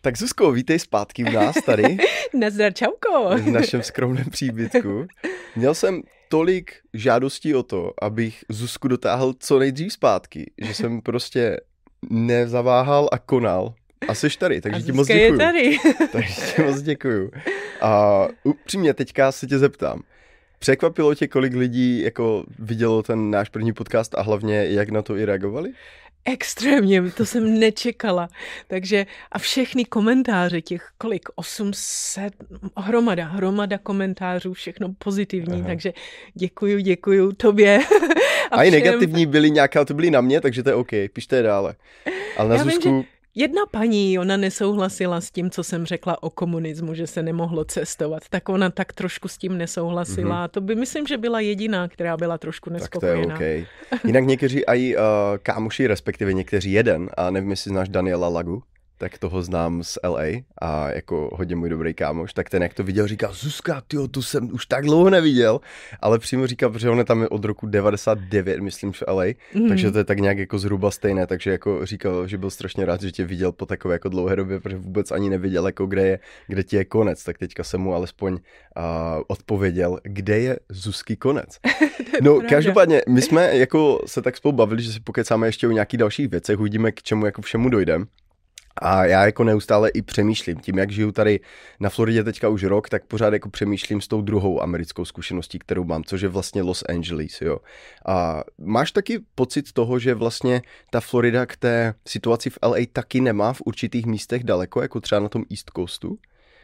Tak Zuzko, vítej zpátky u nás tady. Nazdar, čauko. V našem skromném příbytku. Měl jsem tolik žádostí o to, abych Zuzku dotáhl co nejdřív zpátky, že jsem prostě nezaváhal a konal. A jsi tady, takže ti moc děkuju. Tady. Takže ti moc děkuju. A upřímně teďka se tě zeptám. Překvapilo tě, kolik lidí jako vidělo ten náš první podcast a hlavně jak na to i reagovali? Extrémně, to jsem nečekala. Takže a všechny komentáře, těch kolik, 800, hromada komentářů, všechno pozitivní, takže děkuju tobě. A i negativní byly nějaké, ale to byly na mě, takže to je OK, pište je dále. Ale na Zuzku... Vím, jedna paní, ona nesouhlasila s tím, co jsem řekla o komunismu, že se nemohlo cestovat. Tak ona tak trošku s tím nesouhlasila. A to by myslím, že byla jediná, která byla trošku nespokojená. Tak to je OK. Jinak někteří aj kámoši, respektive někteří jeden, a nevím, jestli znáš Daniela Lagu, tak toho znám z LA a jako hodně můj dobrý kámoš, tak ten jak to viděl, říkal, Zuzka, tyjo, tu jsem už tak dlouho neviděl, ale přímo říkal, protože on je tam od roku 99, myslím, v LA, takže to je tak nějak jako zhruba stejné, takže jako říkal, že byl strašně rád, že tě viděl po takové jako dlouhé době, protože vůbec ani neviděl, jako kde ti je konec, tak teďka jsem mu alespoň odpověděl, kde je Zuzky konec. No, každopádně, my jsme jako se tak spolu bavili, že si pokecáme ještě o nějakých dalších věcech, uvidíme, k čemu jako všemu dojdem. A já jako neustále i přemýšlím, tím jak žiju tady na Floridě teďka už rok, tak pořád jako přemýšlím s tou druhou americkou zkušeností, kterou mám, což je vlastně Los Angeles, jo. A máš taky pocit toho, že vlastně ta Florida k té situaci v LA taky nemá v určitých místech daleko, jako třeba na tom East Coastu?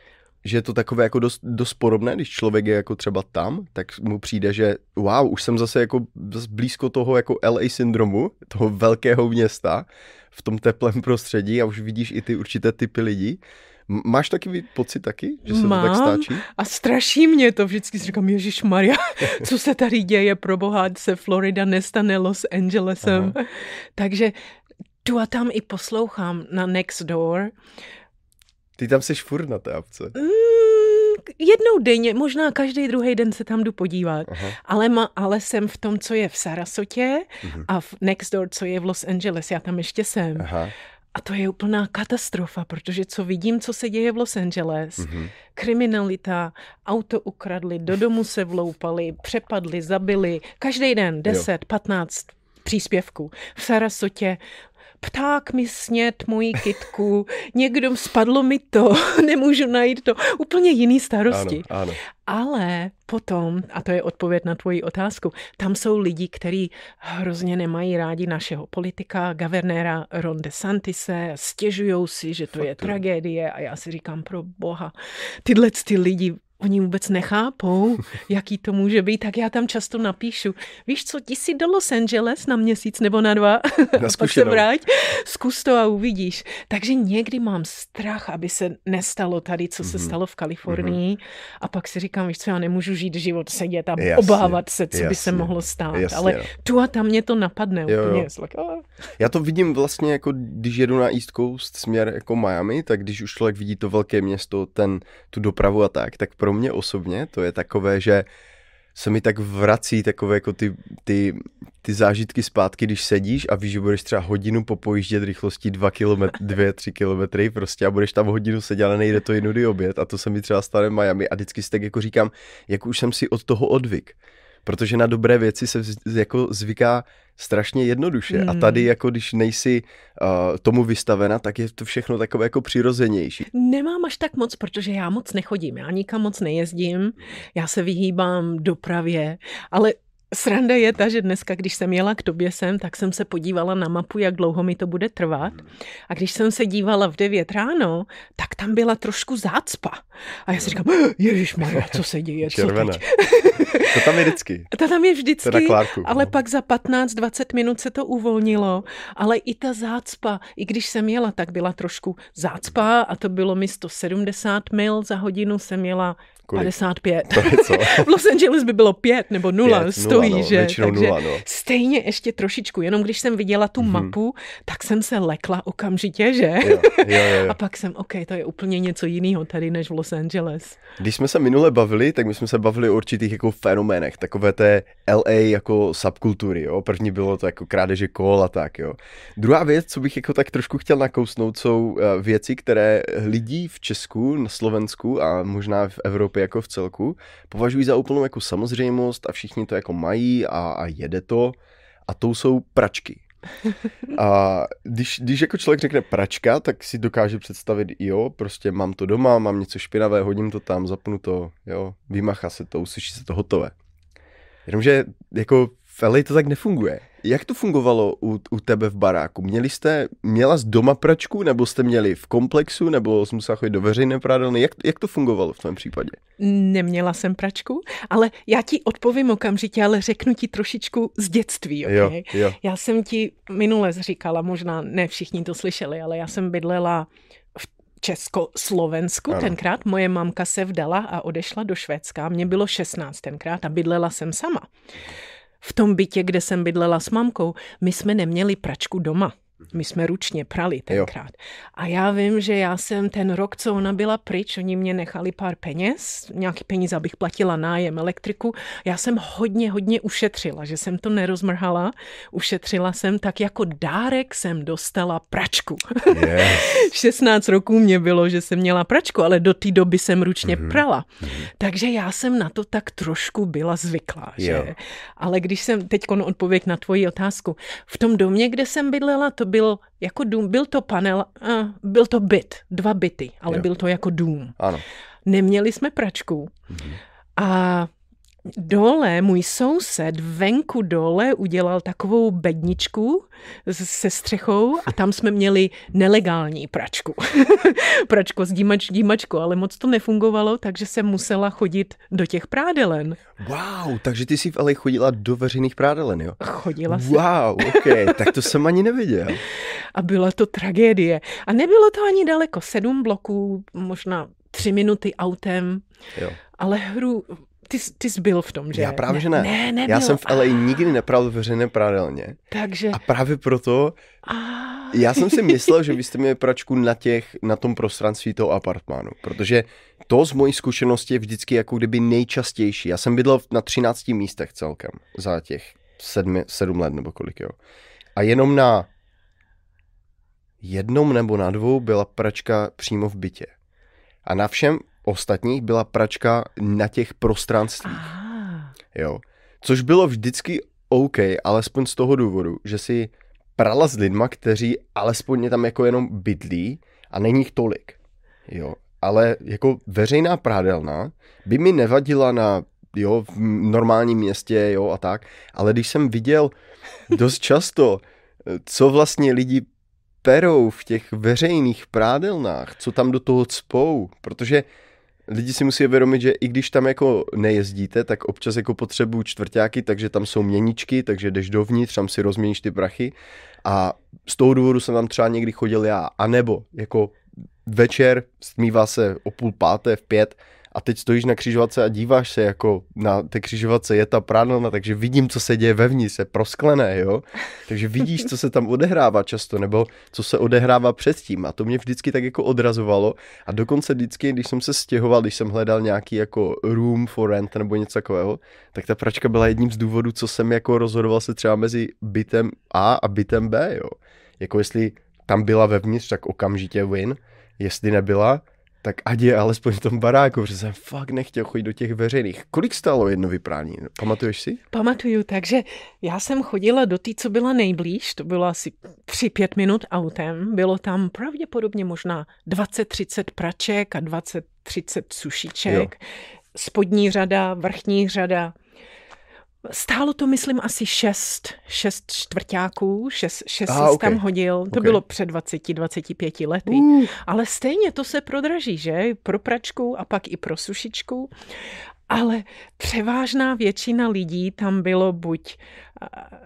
Že je to takové jako dost podobné, když člověk je jako třeba tam, tak mu přijde, že wow, už jsem zase jako blízko toho jako LA syndromu, toho velkého města, v tom teplém prostředí a už vidíš i ty určité typy lidí. Máš takový pocit taky, že se to tak stáčí? A straší mě to. Vždycky si říkám, ježišmarja, co se tady děje, proboha, se Florida nestane Los Angelesem. Aha. Takže tu a tam i poslouchám na Nextdoor. Ty tam seš furt na té apce. Jednou denně, možná každý druhý den se tam jdu podívat, ale jsem v tom, co je v Sarasotě a v Nextdoor, co je v Los Angeles, já tam ještě jsem. Aha. A to je úplná katastrofa, protože co vidím, co se děje v Los Angeles, kriminalita, auto ukradli, do domu se vloupali, přepadli, zabili, každý den 10, 15 příspěvků. V Sarasotě pták mi sněd moji kytku, někdo spadlo mi to, nemůžu najít to, úplně jiný starosti. Ano. Ale potom, a to je odpověď na tvoji otázku, tam jsou lidi, kteří hrozně nemají rádi našeho politika, guvernéra Ron DeSantise, stěžujou si, že to je tragédie a já si říkám, pro boha, tyhle ty lidi, oni vůbec nechápou, jaký to může být, tak já tam často napíšu. Víš co, jdi si do Los Angeles na měsíc nebo na 2, pak se vrať, zkus to a uvidíš. Takže někdy mám strach, aby se nestalo tady, co se stalo v Kalifornii a pak si říkám, víš co, já nemůžu žít život, sedět a obávat se, co by se mohlo stát. Ale tu a tam mě to napadne úplně. Já to vidím vlastně, jako když jedu na East Coast směr jako Miami, tak když už člověk vidí to velké město, tu dopravu a tak pro mě osobně to je takové, že se mi tak vrací takové jako ty zážitky zpátky, když sedíš a víš, že budeš třeba hodinu popojíždět rychlostí 2-3 kilometry prostě a budeš tam hodinu sedět, ale nejde to jinudy oběd a to se mi třeba stane v Miami a vždycky si tak jako říkám, jak už jsem si od toho odvyk. Protože na dobré věci se jako zvyká strašně jednoduše. A tady, jako když nejsi tomu vystavena, tak je to všechno takové jako přirozenější. Nemám až tak moc, protože já moc nechodím. Já nikam moc nejezdím. Já se vyhýbám dopravě, ale sranda je ta, že dneska, když jsem jela k tobě sem, tak jsem se podívala na mapu, jak dlouho mi to bude trvat. A když jsem se dívala v 9 ráno, tak tam byla trošku zácpa. A já si říkám, ježišmarja, co se děje? Červené. To tam je vždycky. To tam je vždycky, ale pak za 15-20 minut se to uvolnilo. Ale i ta zácpa, i když jsem jela, tak byla trošku zácpa a to bylo mi 170 mil za hodinu, jsem jela 55. To je co? V Los Angeles by bylo 5 nebo 0, stojí, že? Takže 0, stejně ještě trošičku, jenom když jsem viděla tu mapu, tak jsem se lekla okamžitě, že? Jo. A pak jsem, to je úplně něco jiného tady než v Los Angeles. Když jsme se minule bavili, tak my jsme se bavili o určitých jako fenoménech, takové té LA jako subkultury, jo. První bylo to jako krádeže kol a tak, jo. Druhá věc, co bych jako tak trošku chtěl nakousnout, jsou věci, které lidí v Česku, na Slovensku a možná v Evropě jako v celku považují za úplnou jako samozřejmost a všichni to jako mají a jede to. A to jsou pračky. A když jako člověk řekne pračka, tak si dokáže představit, jo, prostě mám to doma, mám něco špinavé, hodím to tam, zapnu to, jo, vymacha se to, usuší se to, hotové. Jenomže jako v LA to tak nefunguje. Jak to fungovalo u tebe v baráku? Měla jsi doma pračku, nebo jste měli v komplexu, nebo jsi musela chodit do veřejné prádelny? Jak to fungovalo v tom případě? Neměla jsem pračku, ale já ti odpovím okamžitě, ale řeknu ti trošičku z dětství, okay? Jo. Já jsem ti minule říkala, možná ne všichni to slyšeli, ale já jsem bydlela v Československu tenkrát. Moje mamka se vdala a odešla do Švédska. Mně bylo 16 tenkrát a bydlela jsem sama. V tom bytě, kde jsem bydlela s mamkou, my jsme neměli pračku doma. My jsme ručně prali tenkrát. A já vím, že já jsem ten rok, co ona byla pryč, oni mě nechali pár peněz, nějaký peníze, abych platila nájem, elektriku. Já jsem hodně ušetřila, že jsem to nerozmrhala. Ušetřila jsem, tak jako dárek jsem dostala pračku. Yes. 16 roků mě bylo, že jsem měla pračku, ale do té doby jsem ručně prala. Takže já jsem na to tak trošku byla zvyklá. Že? Ale když jsem teď odpověď na tvoji otázku, v tom domě, kde jsem bydlela, to byl jako dům, byl to panel, byl to byt, 2 byty, ale byl to jako dům. Ano. Neměli jsme pračku a dole můj soused venku dole udělal takovou bedničku se střechou a tam jsme měli nelegální pračku. Pračko s dímačkou, ale moc to nefungovalo, takže jsem musela chodit do těch prádelen. Wow, takže ty jsi v LA chodila do veřejných prádelen, jo? Chodila jsem. Wow, ok, tak to jsem ani neviděl. A byla to tragédie. A nebylo to ani daleko, 7 bloků, možná 3 minuty autem, ale Ty jsi byl v tom, že? Já právě, že ne. Já jsem v LA nikdy nepral v veřejné prádelně. Takže... A právě proto já jsem si myslel, že vy jste měli pračku na tom prostranství toho apartmánu, protože to z mojí zkušenosti je vždycky jako kdyby nejčastější. Já jsem bydlel na 13 místech celkem za těch 7 let nebo kolik, jo. A jenom na jednom nebo na 2 byla pračka přímo v bytě. A na všem ostatních byla pračka na těch prostranstvích. Jo. Což bylo vždycky OK, alespoň z toho důvodu, že si prala s lidma, kteří alespoň tam jako jenom bydlí a není jich tolik. Jo. Ale jako veřejná prádelna by mi nevadila v normálním městě, jo, a tak. Ale když jsem viděl dost často, co vlastně lidi perou v těch veřejných prádelnách, co tam do toho cpou, protože lidi si musí uvědomit, že i když tam jako nejezdíte, tak občas jako potřebují čtvrťáky, takže tam jsou měničky, takže jdeš dovnitř, tam si rozměníš ty prachy a z toho důvodu jsem tam třeba někdy chodil já, anebo jako večer stmívá se o 4:30, v 5 a teď stojíš na křižovatce a díváš se jako na té křižovatce je ta prádelna, takže vidím, co se děje vevnitř, je prosklené, jo. Takže vidíš, co se tam odehrává často, nebo co se odehrává předtím a to mě vždycky tak jako odrazovalo a dokonce vždycky, když jsem se stěhoval, když jsem hledal nějaký jako room for rent nebo něco takového, tak ta pračka byla jedním z důvodů, co jsem jako rozhodoval se třeba mezi bytem A a bytem B, jo. Jako jestli tam byla vevnitř, tak okamžitě win, jestli nebyla, tak ať je alespoň v tom baráku, protože jsem fakt nechtěl chodit do těch veřejných. Kolik stálo jedno vyprání? Pamatuješ si? Pamatuju, takže já jsem chodila do té, co byla nejblíž, to bylo asi 3-5 minut autem, bylo tam pravděpodobně možná 20-30 praček a 20-30 sušiček, spodní řada, vrchní řada. Stálo to, myslím, asi 6 čtvrťáků, 6 tam hodil. To bylo před 20-25 lety. Ale stejně to se prodraží, že? Pro pračku a pak i pro sušičku. Ale převážná většina lidí tam bylo buď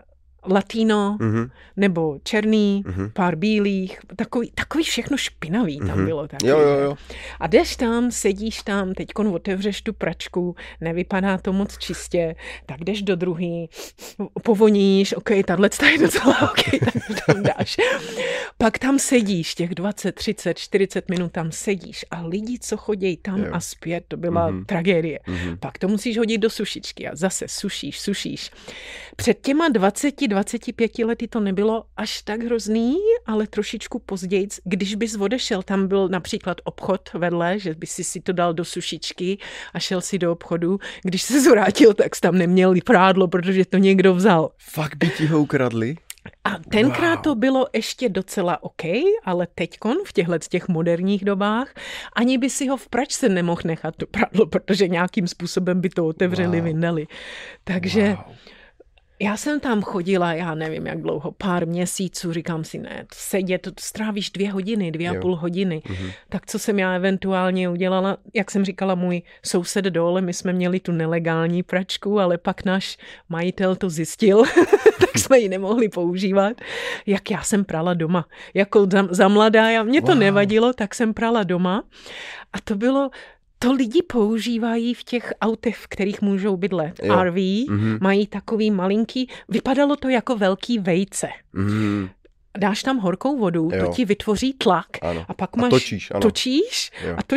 latino, nebo černý, pár bílých, takový všechno špinavý tam bylo. Taky, jo. A jdeš tam, sedíš tam, teďkon otevřeš tu pračku, nevypadá to moc čistě, tak jdeš do druhý, povoníš, OK, tato je docela OK, tak tam dáš. Pak tam sedíš, těch 20, 30, 40 minut tam sedíš a lidi, co chodí tam a zpět, to byla tragédie. Pak to musíš hodit do sušičky a zase sušíš. Před těma 20-25 lety to nebylo až tak hrozný, ale trošičku později, když bys odešel, tam byl například obchod vedle, že bys si to dal do sušičky a šel si do obchodu. Když se zvrátil, tak jsi tam neměl prádlo, protože to někdo vzal. Fakt by ti ho ukradli? A tenkrát to bylo ještě docela OK, ale teďkon v těch moderních dobách ani by si ho v pračce nemohl nechat to prádlo, protože nějakým způsobem by to otevřeli, vyndali. Takže já jsem tam chodila, já nevím jak dlouho, pár měsíců, říkám si ne, sedět, to strávíš 2 hodiny, 2,5 hodiny. Tak co jsem já eventuálně udělala, jak jsem říkala, můj soused dole, my jsme měli tu nelegální pračku, ale pak náš majitel to zjistil, tak jsme ji nemohli používat. Jak já jsem prala doma. Jako za mladá, mě to nevadilo, tak jsem prala doma. A to lidi používají v těch autech, v kterých můžou bydlet. RV, mají takový malinký, vypadalo to jako velký vejce. Dáš tam horkou vodu, to ti vytvoří tlak a pak máš točíš.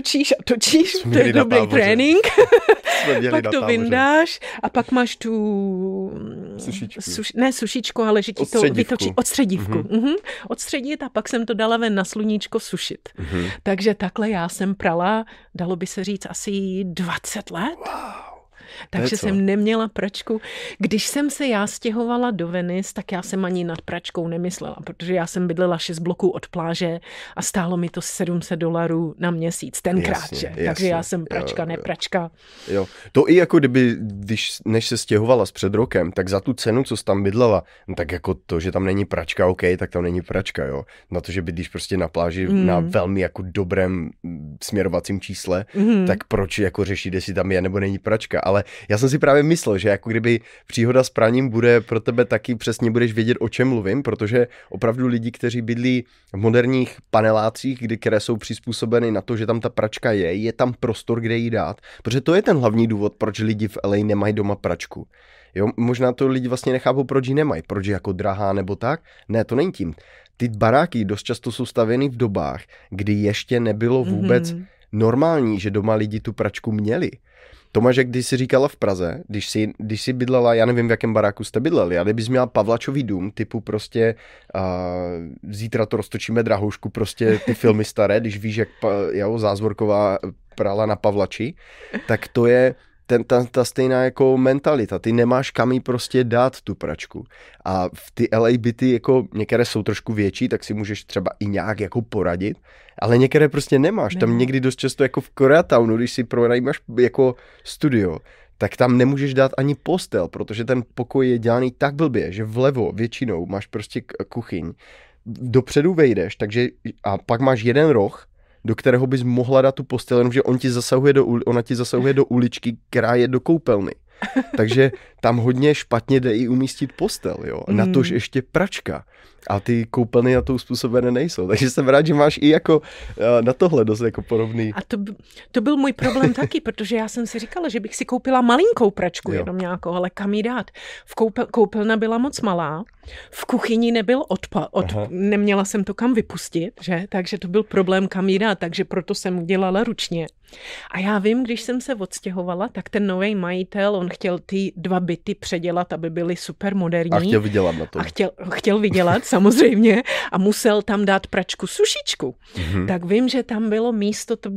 To je dobrý trénink. Pak to vyndáš a pak máš tu sušičku, ale že ti to vytočí odstředívku. Odstředit a pak jsem to dala ven na sluníčko sušit. Takže takhle já jsem prala, dalo by se říct asi 20 let. Takže jsem neměla pračku. Když jsem se já stěhovala do Venice, tak já jsem ani nad pračkou nemyslela, protože já jsem bydlela 6 bloků od pláže a stálo mi to $700 na měsíc tenkrát, že? Takže já jsem pračka, nepračka. Jo. To i jako kdyby, než se stěhovala před rokem, tak za tu cenu, co jsi tam bydlela, no tak jako to, že tam není pračka, OK, tak tam není pračka, jo. Na to, že bydlíš prostě na pláži na velmi jako dobrém směrovacím čísle, tak proč jako řešit, jestli tam je nebo není pračka, ale já jsem si právě myslel, že jako kdyby příhoda s praním bude pro tebe taky přesně budeš vědět, o čem mluvím, protože opravdu lidi, kteří bydlí v moderních panelácích, které jsou přizpůsobeny na to, že tam ta pračka je tam prostor, kde ji dát. Protože to je ten hlavní důvod, proč lidi v LA nemají doma pračku. Jo, možná to lidi vlastně nechápou, proč ji nemají, proč je jako drahá nebo tak. Ne, to není tím. Ty baráky dost často jsou stavěny v dobách, kdy ještě nebylo vůbec normální, že doma lidi tu pračku měli. Tomáš, jak když jsi říkala v Praze, když jsi bydlela, já nevím, v jakém baráku jste bydleli, ale kdybys měla Pavlačový dům, typu prostě zítra to roztočíme drahoušku, prostě ty filmy staré, když víš, jak Zázvorková prala na Pavlači, tak to je ta stejná jako mentalita. Ty nemáš kam jí prostě dát tu pračku. A v ty LA byty, jako některé jsou trošku větší, tak si můžeš třeba i nějak jako poradit, ale některé prostě nemáš. Tam někdy dost často jako v Koreatownu, když si pronajímáš jako studio, tak tam nemůžeš dát ani postel, protože ten pokoj je dělaný tak blbě, že vlevo většinou máš prostě kuchyň. Dopředu vejdeš, takže a pak máš jeden roh, do kterého bys mohla dát tu postel, jenomže ona ti zasahuje do uličky, která je do koupelny. Takže tam hodně špatně jde i umístit postel, jo. Natož ještě pračka. A ty koupelny na to způsobené nejsou. Takže jsem rád, že máš i jako na tohle dost jako podobný. A to byl můj problém taky, protože já jsem si říkala, že bych si koupila malinkou pračku, jenom nějakou, ale kam ji dát. Koupelna byla moc malá, v kuchyni nebyl neměla jsem to kam vypustit, že? Takže to byl problém, kam ji dát, takže proto jsem udělala ručně. A já vím, když jsem se odstěhovala, tak ten nový majitel, on chtěl ty 2 byty předělat, aby byly super moderní. A chtěl vydělat na to. Chtěl vydělat, samozřejmě, a musel tam dát pračku, sušičku. Tak vím, že tam bylo místo, to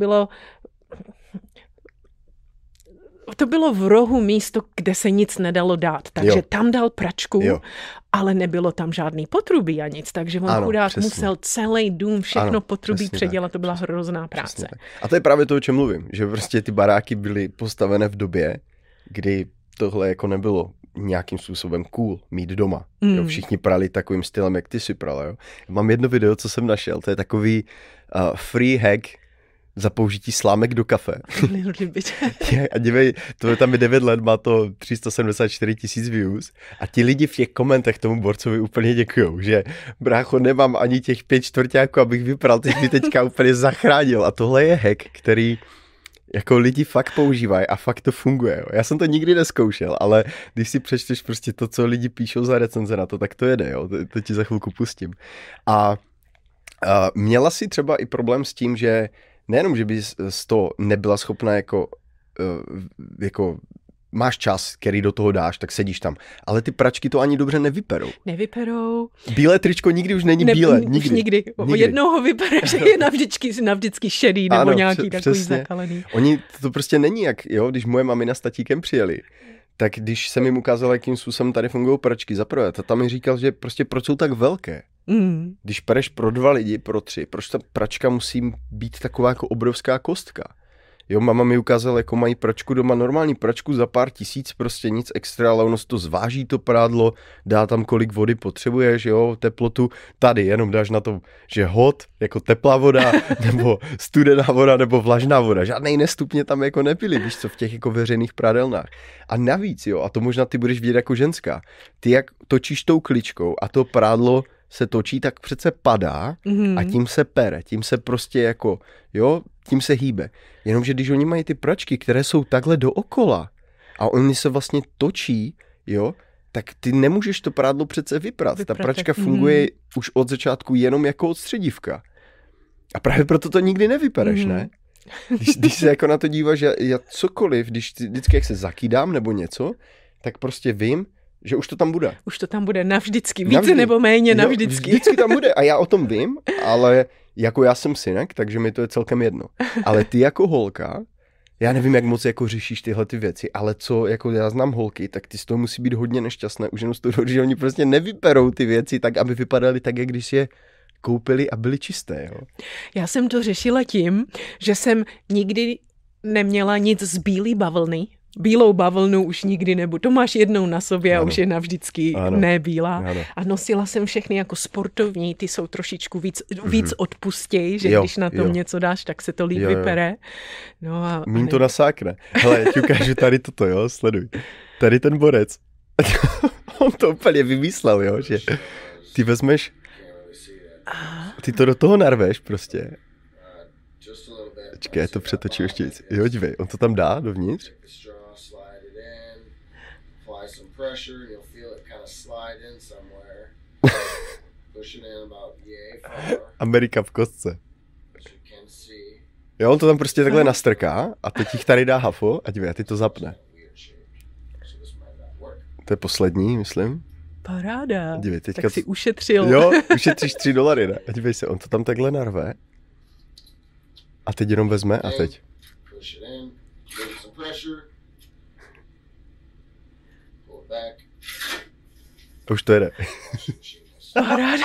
bylo v rohu místo, kde se nic nedalo dát. Takže tam dal pračku, ale nebylo tam žádný potrubí a nic. Takže on chudák musel celý dům, všechno potrubí předělat. Tak, to byla hrozná práce. A to je právě to, o čem mluvím. Že prostě ty baráky byly postavené v době, kdy tohle jako nebylo nějakým způsobem cool mít doma. Jo, všichni prali takovým stylem, jak ty si prala. Jo. Mám jedno video, co jsem našel. To je takový free hack za použití slámek do kafe. Libiče. A dívej, to tam je 9 let, má to 374 000 views a ti lidi v těch komentech tomu borcovi úplně děkujou, že brácho, nemám ani těch 5 čtvrťáků, abych vypral, teď mi teďka úplně zachránil. A tohle je hack, který jako lidi fakt používají a fakt to funguje. Jo. Já jsem to nikdy neskoušel, ale když si přečteš prostě to, co lidi píšou za recenze na to, tak to jede, jo. To ti za chvilku pustím. A měla si třeba i problém s tím, že nejenom, že bys to nebyla schopna jako máš čas, který do toho dáš, tak sedíš tam. Ale ty pračky to ani dobře nevyperou. Nevyperou. Bílé tričko nikdy už není bílé. Nikdy. Už nikdy. Jednou ho vypereš, že je navždycky šedý nebo ano, nějaký takový přesně. zakalený. Oni to prostě není jak, jo, když moje mamina s tatíkem přijeli, tak když jsem jim ukázal, jakým způsobem tady fungují pračky, za prvé, tam mi říkal, že prostě proč jsou tak velké. Když pereš pro 2 lidi, pro 3, proč ta pračka musí být taková jako obrovská kostka? Jo, mama mi ukázala, jako mají pračku doma, normální pračku za pár tisíc, prostě nic extra, ale ono to zváží to prádlo, dá tam kolik vody potřebuješ, jo, teplotu, tady jenom dáš na to, že hot, jako teplá voda, nebo studená voda, nebo vlažná voda, žádnej nestupně tam jako nepili, víš co, v těch jako veřejných prádelnách. A navíc, jo, a to možná ty budeš vidět jako ženská, ty jak točíš tou kličkou a to prádlo se točí, tak přece padá a tím se pere, tím se prostě jako, jo, tím se hýbe. Jenomže když oni mají ty pračky, které jsou takhle dookola a oni se vlastně točí, jo, tak ty nemůžeš to prádlo přece vyprat. Ta pračka funguje už od začátku jenom jako odstředívka. A právě proto to nikdy nevypereš, ne? Když se jako na to díváš, já cokoliv, vždycky jak se zakýdám nebo něco, tak prostě vím, že už to tam bude. Už to tam bude navždycky, více nebo méně navždycky. Vždycky tam bude a já o tom vím, ale jako já jsem synek, takže mi to je celkem jedno. Ale ty jako holka, já nevím, jak moc jako řešíš tyhle ty věci, ale co, jako já znám holky, tak ty z toho musí být hodně nešťastné, už jenom z toho, že oni prostě nevyperou ty věci tak, aby vypadaly tak, jak když je koupili a byly čisté. Jo. Já jsem to řešila tím, že jsem nikdy neměla nic z bílé bavlny. Bílou bavlnu už nikdy nebudu. To máš jednou na sobě a už je navždycky nebílá. A nosila jsem všechny jako sportovní, ty jsou trošičku víc odpustěj, že když na tom něco dáš, tak se to líp vypere. No a míň to nasákne. Hele, já ti ukážu tady toto, jo, sleduj. Tady ten borec. On to úplně vymyslel, jo, že ty vezmeš, ty to do toho narveš prostě. Počkej, já to přetočím ještě víc. Jo, dívej, on to tam dá dovnitř. Amerika v kostce. Jo, on to tam prostě takhle nastrká a teď jich tady dá hafo a dívej, a ty to zapne. To je poslední, myslím. Paráda. Dívej, teďka tak si ušetřil. Jo, ušetříš $3, ne? A dívej se, on to tam takhle narve. A teď jenom vezme a teď. A už to jede. Paráda.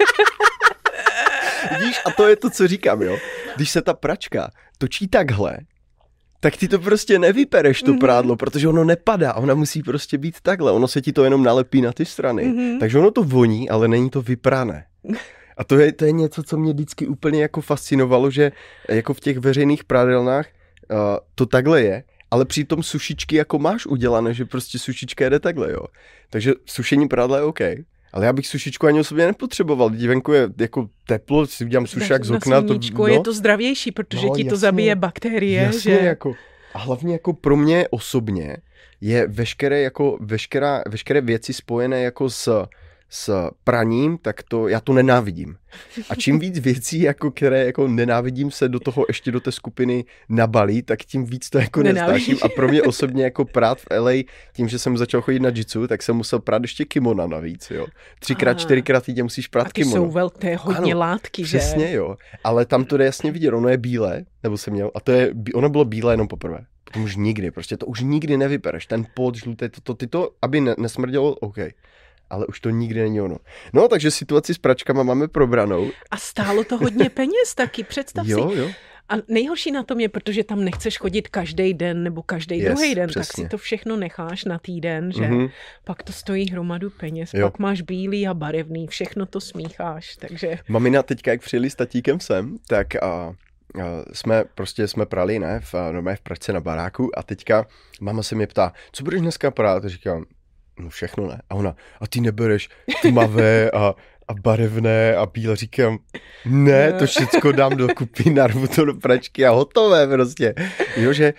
Vidíš, a to je to, co říkám, jo. Když se ta pračka točí takhle, tak ty to prostě nevypereš to prádlo, protože ono nepadá, ona musí prostě být takhle, ono se ti to jenom nalepí na ty strany, takže ono to voní, ale není to vyprané. A to je něco, co mě vždycky úplně jako fascinovalo, že jako v těch veřejných prádelnách to takhle je, ale přitom sušičky jako máš udělané, že prostě sušička jde takhle, jo. Takže sušení prádla je OK. Ale já bych sušičku ani osobně nepotřeboval. Když venku je jako teplo, si udělám sušák z okna. Je to zdravější, protože ti to zabije bakterie. Jasně, že? Jako, a hlavně jako pro mě osobně je veškeré věci spojené jako s praním, tak já to nenávidím. A čím víc věcí, jako, které jako nenávidím, se do toho ještě do té skupiny nabalí, tak tím víc to jako neznáším. A pro mě osobně jako prát v LA, tím, že jsem začal chodit na jitsu, tak jsem musel prát ještě kimona navíc, jo. 3x, 4x týdně musíš prát kimono. A ty jsou velké, hodně látky, že? Přesně, jo. Ale tam to jde jasně vidět, ono je bílé, nebo jsem měl, a ono bylo bílé jenom poprvé. Potom už nikdy, prostě to už nikdy nevypereš. Ten pot žluté, to aby nesmrdělo, OK. Ale už to nikdy není ono. No, takže situaci s pračkama máme probranou. A stálo to hodně peněz taky, představ si. Jo. A nejhorší na tom je, protože tam nechceš chodit každý den nebo každý druhý den, přesně. Tak si to všechno necháš na týden, že? Pak to stojí hromadu peněz, pak máš bílý a barevný, všechno to smícháš, takže... Mamina teďka, jak přijeli s tatíkem sem, tak jsme prali, ne, v pračce na baráku a teďka máma se mě ptá, co budeš dneska prát? A říkám, no všechno ne. A ona, a ty nebereš tmavé a barevné a bílé, říkám, ne, to všecko dám dokupy, narvu to do pračky a hotové prostě. Jo, že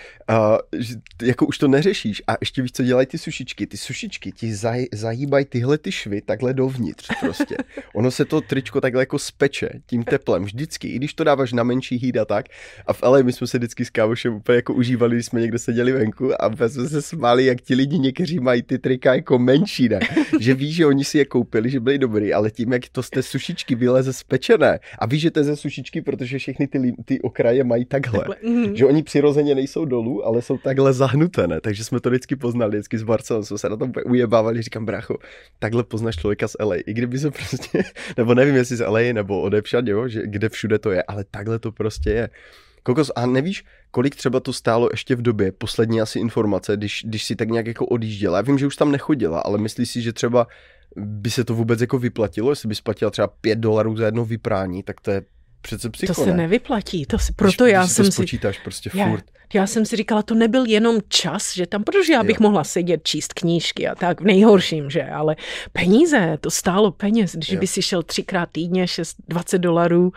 jako už to neřešíš a ještě víš, co dělají ty sušičky ti zahýbají tyhle ty švy takhle dovnitř prostě. Ono se to tričko takhle jako speče tím teplem vždycky, i když to dáváš na menší hýd a tak. A v LA my jsme se vždycky s kámošem úplně jako užívali, když jsme někde seděli venku a jsme se smáli, jak ti lidi někteří mají ty trika jako menší, ne? Že víš, že oni si je koupili, že byli dobrý, ale tím, jak to z té sušičky vyleze spečené a víš, že to je ze sušičky, protože všechny ty okraje mají takhle. Že oni přirozeně nejsou dolů, ale jsou takhle zahnuté, ne? Takže jsme to vždycky poznali, vždycky s Barcelonou jsme se na tom ujebávali, říkám, brácho, takhle poznáš člověka z LA, i kdyby se prostě, nebo nevím, jestli z LA nebo odepšat, jo, že kde všude to je, ale takhle to prostě je. Kokos, a nevíš, kolik třeba to stálo ještě v době, poslední asi informace, když si tak nějak jako odjížděla, já vím, že už tam nechodila, ale myslíš si, že třeba by se to vůbec jako vyplatilo, jestli bys platila třeba $5 za jedno vyprání, tak to je přece psycho, to se nevyplatí, proto já jsem si... spočítáš prostě furt. Já jsem si říkala, to nebyl jenom čas, že tam, protože já bych mohla sedět, číst knížky a tak v nejhorším, že, ale peníze, to stálo peněz, když by si šel 3x týdně, $20,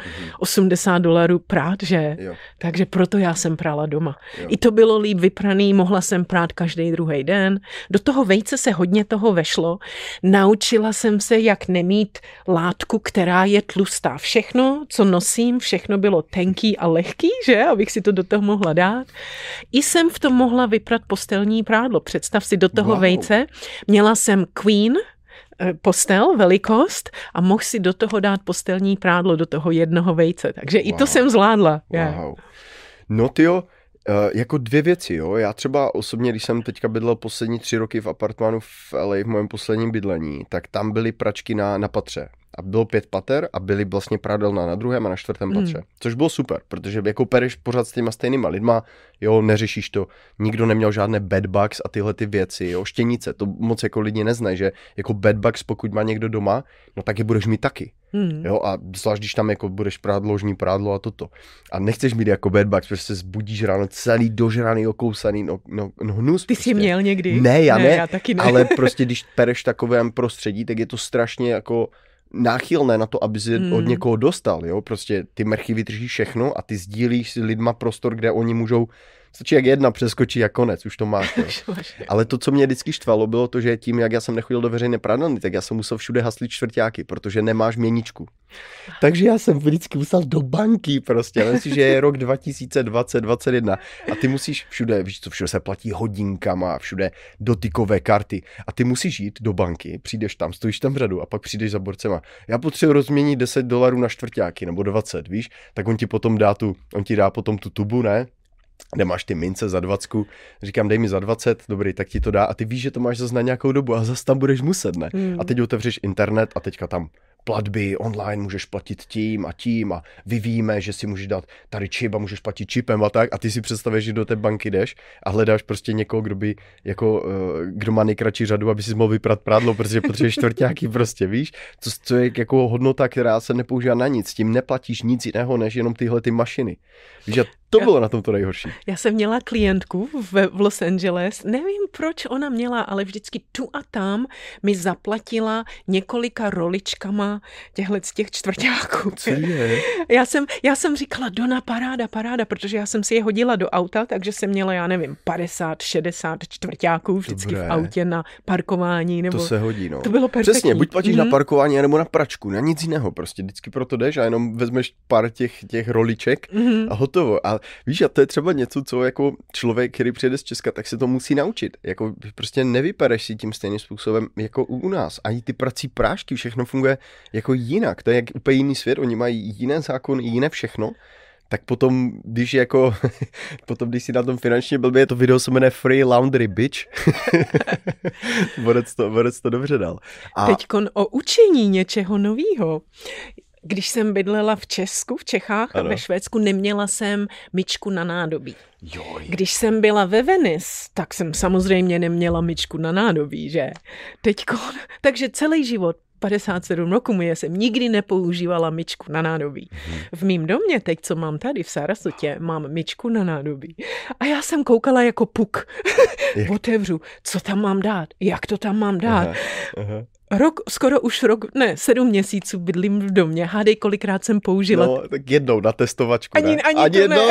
$80 prát, že, takže proto já jsem prala doma. I to bylo líp vypraný, mohla jsem prát každý druhý den, do toho vejce se hodně toho vešlo, naučila jsem se, jak nemít látku, která je tlustá. Všechno, co nosím, všechno bylo tenký a lehký, že, abych si to do toho mohla dát. I jsem v tom mohla vyprat postelní prádlo. Představ si, do toho vejce měla jsem queen postel, velikost a mohl si do toho dát postelní prádlo do toho jednoho vejce. Takže i to jsem zvládla. Wow. No tyjo, jako dvě věci, jo. Já třeba osobně, když jsem teďka bydlel poslední 3 roky v apartmánu v LA v mém posledním bydlení, tak tam byly pračky na patře. A bylo 5 pater a byly vlastně prádelna na 2. a na 4. patře. Což bylo super, protože jako pereš pořád s těma stejnýma lidma, jo, neřešíš to, nikdo neměl žádné bedbugs a tyhle ty věci, jo, štěnice, to moc jako lidi neznají, že jako bedbugs, pokud má někdo doma, no tak je budeš mít taky. Jo, a zvlášť, když tam jako budeš prát ložní prádlo a toto. A nechceš mít jako bedbugs, protože se zbudíš ráno celý dožraný, okousaný, no hnus. Ty prostě. Jsi měl někdy? Ne, já já taky ne. Ale prostě když pereš takovém prostředí, tak je to strašně jako náchylné na to, aby si od někoho dostal, jo, prostě ty mrchy vydrží všechno a ty sdílíš s lidma prostor, kde oni můžou, stačí jak jedna přeskočí a konec, už to máš. Ale to, co mě vždycky štvalo, bylo to, že tím, jak já jsem nechodil do veřejné prádlny, tak já jsem musel všude haslit čtvrťáky, protože nemáš měničku. Takže já jsem vždycky musel do banky prostě, ale si, že je rok 2020-2021 a ty musíš všude, víš co, všude se platí hodinkama, všude dotykové karty a ty musíš jít do banky, přijdeš tam, stojíš tam v řadu a pak přijdeš za borcema. Já potřebuji rozměnit $10 na čtvrťáky nebo 20, víš, tak on ti dá potom tu tubu, ne? Kde máš ty mince za 20, říkám, dej mi za 20, dobrý, tak ti to dá a ty víš, že to máš zase na nějakou dobu a zase tam budeš muset, ne? A teď otevřeš internet a teďka tam platby online, můžeš platit tím a vyvíjíme, že si můžeš dát tady čip a můžeš platit čipem a tak a ty si představíš, že do té banky jdeš a hledáš prostě někoho, kdo má nejkratší řadu, aby si mohl vyprat prádlo, protože potřebuješ čtvrťáky prostě, víš? Co je jako hodnota, která se nepoužívá na nic, tím neplatíš nic jiného, než jenom tyhle ty mašiny. Víš, a to bylo na tom to nejhorší. Já jsem měla klientku v Los Angeles, nevím proč ona měla, ale vždycky tu a tam mi zaplatila několika roličkama těch čtvrťáků. Co je? Já jsem říkala, Dona, paráda, protože já jsem si je hodila do auta, takže jsem měla, já nevím, 50, 60 čtvrťáků vždycky v autě na parkování. Nebo... To se hodí, no. To bylo perfektní. Přesně, buď platíš na parkování, nebo na pračku, na nic jiného, prostě vždycky proto jdeš a jenom vezmeš pár těch roliček a hotovo. A víš, a to je třeba něco, co jako člověk, který přijede z Česka, tak se to musí naučit. Jako prostě nevypereš si tím stejným způsobem jako u nás. A i ty prací prášky, všechno funguje jako jinak. To je jak úplně jiný svět, oni mají jiné zákony, jiné všechno. Tak potom, když si na tom finančně blbě, to video se jmenuje Free Laundry, bitch. Borec to dobře dal. Teďkon o učení něčeho novýho. Když jsem bydlela v Česku, v Čechách a ve Švédsku, neměla jsem myčku na nádobí. Joj. Když jsem byla ve Venice, tak jsem samozřejmě neměla myčku na nádobí, že? Takže celý život, 57 roku mu jsem nikdy nepoužívala myčku na nádobí. V mým domě, teď, co mám tady v Sarasotě, mám myčku na nádobí. A já jsem koukala jako puk. Otevřu, co tam mám dát? Jak to tam mám dát? Aha. Skoro už 7 měsíců bydlím v domě. Hádej, kolikrát jsem použila. No, tak jednou na testovačku, Ani jednou.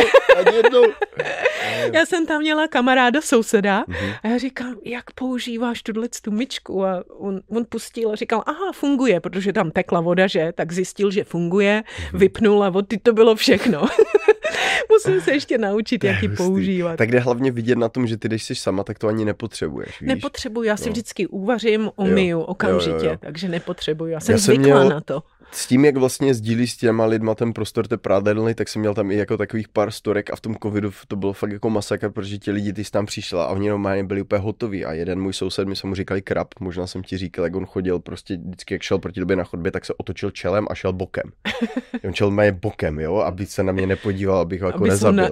Ne. Já jsem tam měla kamaráda, souseda a já říkám, jak používáš tu myčku? A on pustil a říkal, aha, funguje, protože tam tekla voda, že? Tak zjistil, že funguje, vypnul a to bylo všechno. Musím se ještě naučit, jak ji používat. Tak jde hlavně vidět na tom, že ty, když jsi sama, tak to ani nepotřebuješ, víš? Nepotřebuji, já si vždycky uvařím, umyju okamžitě, takže nepotřebuji, já jsem zvykla na to. S tím, jak vlastně sdílíš s těma lidma ten prostor té prádelny, tak jsem měl tam i jako takových pár storek a v tom covidu to bylo fakt jako masakr, protože ti lidi, ty jsi tam přišla a oni normálně byli úplně hotoví a jeden můj soused, my jsme mu říkali krab, možná jsem ti říkal, jak on chodil prostě vždycky, jak šel proti tobě na chodbě, tak se otočil čelem a šel bokem. On šel mé bokem, jo, aby se na mě nepodíval, abych ho jako nezabil,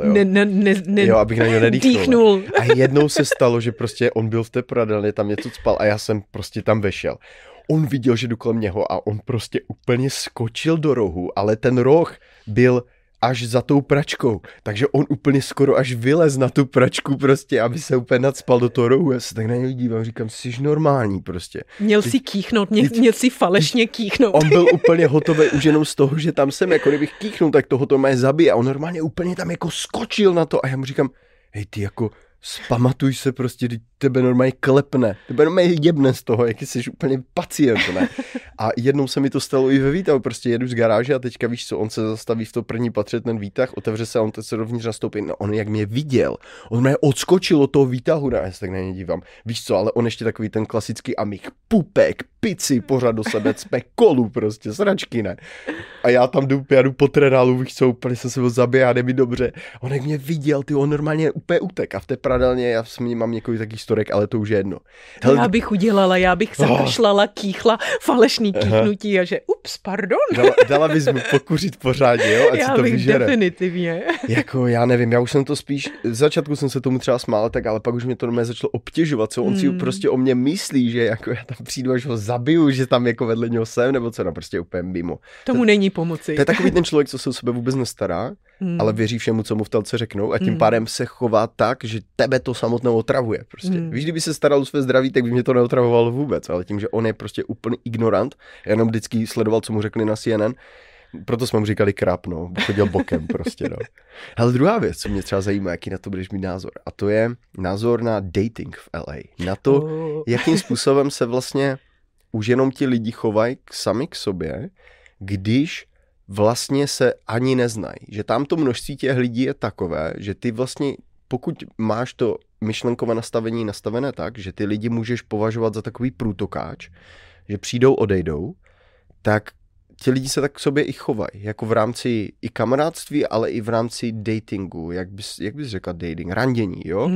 jo, abych na něj nedýchnul. A jednou se stalo, že prostě on byl v té prádelně, tam něco spal a já jsem prostě tam vešel. On viděl, že jdu kolem něho a on prostě úplně skočil do rohu, ale ten roh byl až za tou pračkou, takže on úplně skoro až vylez na tu pračku prostě, aby se úplně nacpal do toho rohu. Já se tak na něj dívám, říkám, jsi normální prostě. Měl si kýchnout, měl si falešně kýchnout. On byl úplně hotový už jenom z toho, že tam jsem, jako kdybych kýchnul, tak toho to má zabije a on normálně úplně tam jako skočil na to a já mu říkám, hej ty jako zpamatuj se prostě, tebe normálně klepne, tebe normálně jebne z toho, jak jsi úplně pacient, ne? A jednou se mi to stalo i ve výtahu, prostě jedu z garáže a teďka víš co, on se zastaví v to první patře, ten výtah, otevře se a on se rovněž nastoupí, no on jak mě viděl, on mě odskočil od toho výtahu, ne? Já se tak na něj dívám, víš co, ale on ještě takový ten klasický amík, pupek, pici, pořád do sebe, cpe kolu prostě, sračky, ne? A já tam jdu po trenálu, víš co, úplně jsem se byl zabijá, jde mi dobře, on jak mě viděl, ty on normálně úplně utek a v té pradelně já s ním mám několik takových storek, ale to už je jedno. Hele, já bych udělala, já bych zakašlala, kýchla, falešný kýchnutí a že ups, pardon. Dala bys mu pokuřit pořádně, jo? Ať já si to bych vyžere. Definitivně. Jako já nevím, já už jsem to spíš, v začátku jsem se tomu třeba smál, tak ale pak už mě to normálně začalo obtěžovat, co on si prostě o mě myslí, že jako já tam přijdu, až ho zabiju, že tam jako vedle něho jsem, nebo co, no prostě úplně mimo. Tomu není pomoci. To je takový ten člověk, co se o sebe vůbec nestará, ale věří všemu, co mu v telce řeknou a tím pádem se chová tak, že tebe to samotné otravuje. Prostě. Víš, kdyby se staral o své zdraví, tak by mě to neotravovalo vůbec, ale tím, že on je prostě úplný ignorant, já jenom vždycky sledoval, co mu řekli na CNN, proto jsme mu říkali kráp, no, chodil bokem prostě, no. Ale druhá věc, co mě třeba zajímá, jaký na to budeš mít názor, a to je názor na dating v LA. Na to, jakým způsobem se vlastně už jenom ti lidi chovají sami k sobě, když vlastně se ani neznají. Že tam to množství těch lidí je takové, že ty vlastně, pokud máš to myšlenkové nastavení nastavené tak, že ty lidi můžeš považovat za takový průtokáč, že přijdou, odejdou, tak ti lidi se tak k sobě i chovají, jako v rámci i kamarádství, ale i v rámci datingu, jak bys řekla dating, randění, jo?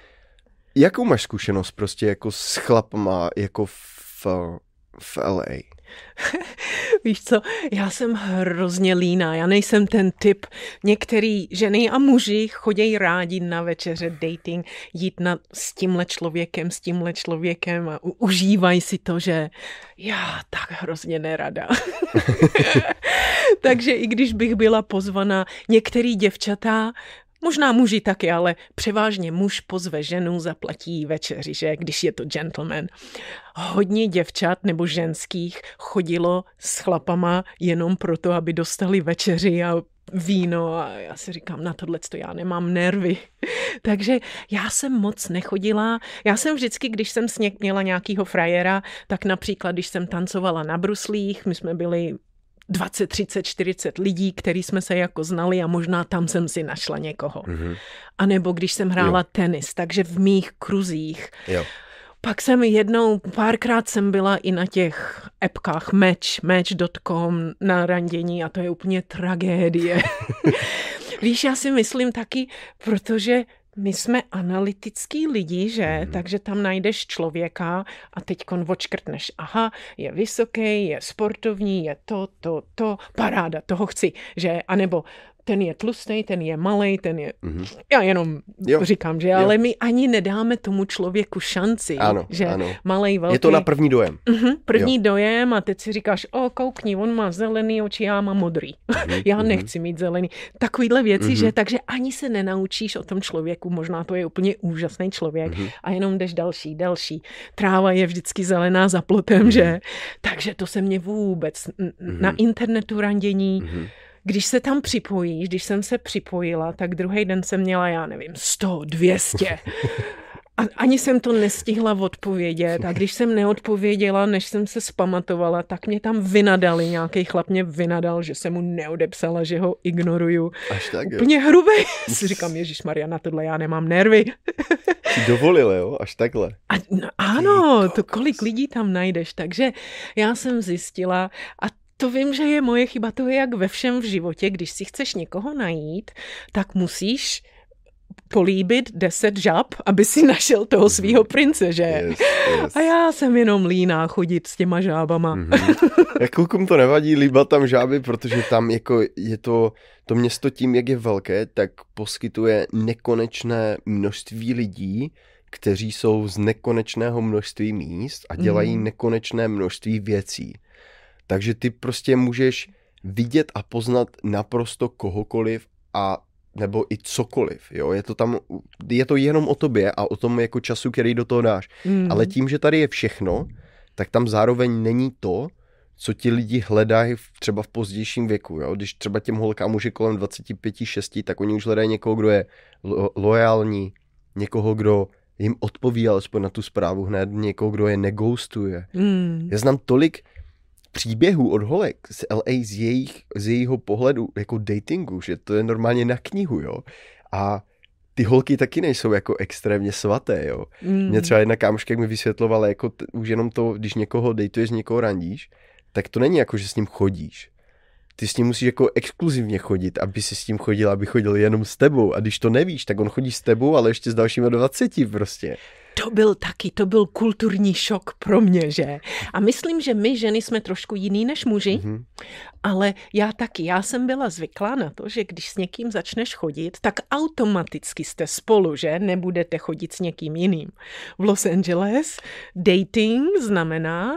Jakou máš zkušenost prostě jako s chlapama jako v LA? Víš co, já jsem hrozně líná, já nejsem ten typ. Některý ženy a muži chodějí rádi na večeře dating, jít s tímhle člověkem a užívají si to, že já tak hrozně nerada. Takže i když bych byla pozvaná, některý děvčata, možná muži taky, ale převážně muž pozve ženu, zaplatí večeři, že, když je to gentleman. Hodně děvčat nebo ženských chodilo s chlapama jenom proto, aby dostali večeři a víno a já si říkám, na tohleto já nemám nervy. Takže já jsem moc nechodila. Já jsem vždycky, když jsem měla nějakýho frajera, tak například, když jsem tancovala na bruslích, my jsme byli 20, 30, 40 lidí, který jsme se jako znali a možná tam jsem si našla někoho. A nebo když jsem hrála tenis, takže v mých kruzích. Jo. Pak jsem párkrát jsem byla i na těch appkách match.com na randění a to je úplně tragédie. Víš, já si myslím taky, protože my jsme analytický lidi, že? Takže tam najdeš člověka a teďkon odškrtneš. Aha, je vysoký, je sportovní, je to, paráda, toho chci, že? A nebo ten je tlustý, ten je malej, ten je... Já jenom říkám, že? Ale my ani nedáme tomu člověku šanci, že malej, velký... Je to na první dojem. První dojem a teď si říkáš, koukni, on má zelený oči, já mám modrý. Já nechci mít zelený. Takovýhle věci, že? Takže ani se nenaučíš o tom člověku, možná to je úplně úžasný člověk a jenom jdeš další. Tráva je vždycky zelená za plotem, že? Takže to se mě vůbec... Na internetu randění... Když se tam připojíš, když jsem se připojila, tak druhý den jsem měla, já nevím, 100, 200. A ani jsem to nestihla odpovědět. A když jsem neodpověděla, než jsem se zpamatovala, tak mě tam vynadali. Nějaký chlap mě vynadal, že jsem mu neodepsala, že ho ignoruju. Až tak, jo. Úplně hrubý. Si říkám, ježišmarja, na tohle já nemám nervy. Ti dovolili, jo? Až takhle. Ano, to kolik lidí tam najdeš. Takže já jsem zjistila a to vím, že je moje chyba, to je jak ve všem v životě, když si chceš někoho najít, tak musíš políbit 10 žab, aby si našel toho svýho prince, že? Yes. A já jsem jenom líná chodit s těma žábama. Jak klukům to nevadí líbat tam žáby, protože tam jako je to město tím, jak je velké, tak poskytuje nekonečné množství lidí, kteří jsou z nekonečného množství míst a dělají nekonečné množství věcí. Takže ty prostě můžeš vidět a poznat naprosto kohokoliv a nebo i cokoliv, jo. Je to jenom o tobě a o tom jako času, který do toho dáš. Ale tím, že tady je všechno, tak tam zároveň není to, co ti lidi hledají třeba v pozdějším věku, jo. Když třeba těm holkám už je kolem 25-6, tak oni už hledají někoho, kdo je loajální, někoho, kdo jim odpoví alespoň na tu zprávu hned, někoho, kdo je neghostuje. Já znám tolik příběhů od holek z LA z jejího pohledu jako datingu, že to je normálně na knihu, jo. A ty holky taky nejsou jako extrémně svaté, jo. Mě třeba jedna kámoška mi vysvětlovala, jako už jenom to, když někoho dejtuješ, někoho randíš, tak to není jako, že s ním chodíš. Ty s ním musíš jako exkluzivně chodit, aby si s tím chodil, aby chodil jenom s tebou. A když to nevíš, tak on chodí s tebou, ale ještě s dalšími 20 prostě. To byl kulturní šok pro mě, že? A myslím, že my ženy jsme trošku jiný než muži, ale já jsem byla zvyklá na to, že když s někým začneš chodit, tak automaticky jste spolu, že? Nebudete chodit s někým jiným. V Los Angeles dating znamená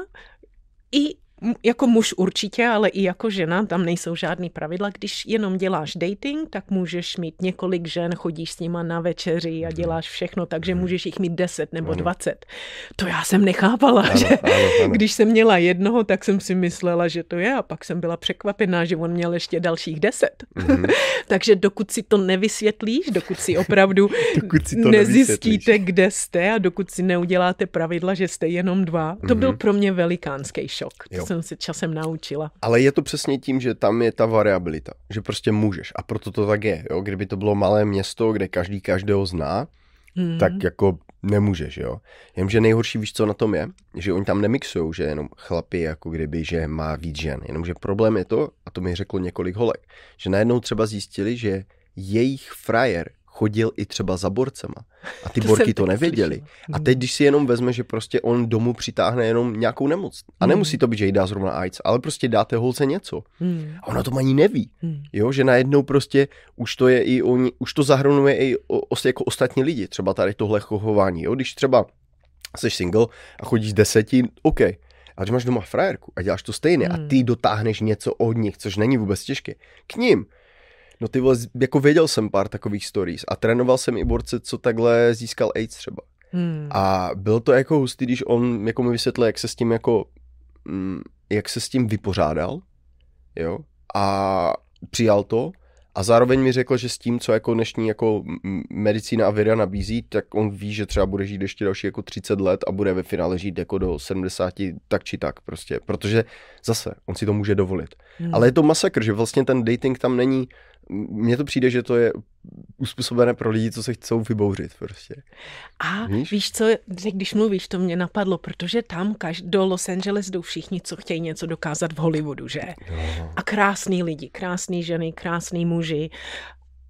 i jako muž určitě, ale i jako žena, tam nejsou žádný pravidla. Když jenom děláš dating, tak můžeš mít několik žen, chodíš s nima na večeři a děláš všechno, takže můžeš jich mít 10 nebo 20. To já jsem nechápala, že když jsem měla jednoho, tak jsem si myslela, že to je a pak jsem byla překvapená, že on měl ještě dalších 10. Takže dokud si to nevysvětlíš, dokud si opravdu nezjistíte, kde jste a dokud si neuděláte pravidla, že jste jenom 2, to byl pro mě velikánský šok. Jsem se časem naučila. Ale je to přesně tím, že tam je ta variabilita, že prostě můžeš a proto to tak je, jo. Kdyby to bylo malé město, kde každý každého zná, tak jako nemůžeš, jo. Jenomže nejhorší, víš, co na tom je, že oni tam nemixujou, že jenom chlapi, jako kdyby, že má víc žen, jenomže problém je to, a to mi řeklo několik holek, že najednou třeba zjistili, že jejich frajer chodil i třeba za borcema. A ty borky to nevěděli. A teď, když si jenom vezme, že prostě on domů přitáhne jenom nějakou nemoc. A nemusí to být, že jí dá zrovna AIDS, ale prostě dáte holce něco. A ona to ani neví. Jo, že najednou prostě už to zahrnuje i jako ostatní lidi. Třeba tady tohle chování. Jo, když třeba jsi single a chodíš 10, OK. Ale když máš doma frajerku a děláš to stejně a ty dotáhneš něco od nich, což není vůbec těžké, k ním. No ty vole, jako věděl jsem pár takových stories a trénoval jsem i borce, co takhle získal AIDS třeba. A bylo to jako hustý, když on jako mi vysvětlil, jak se s tím vypořádal, jo, a přijal to a zároveň mi řekl, že s tím, co jako dnešní jako medicína a věda nabízí, tak on ví, že třeba bude žít ještě další jako 30 let a bude ve finále žít jako do 70 tak či tak prostě, protože zase on si to může dovolit. Ale je to masakr, že vlastně ten dating tam není. Mně to přijde, že to je uspůsobené pro lidi, co se chcou vybouřit prostě. A víš co, když mluvíš, to mě napadlo, protože tam do Los Angeles jdou všichni, co chtějí něco dokázat v Hollywoodu, že? A krásný lidi, krásný ženy, krásný muži.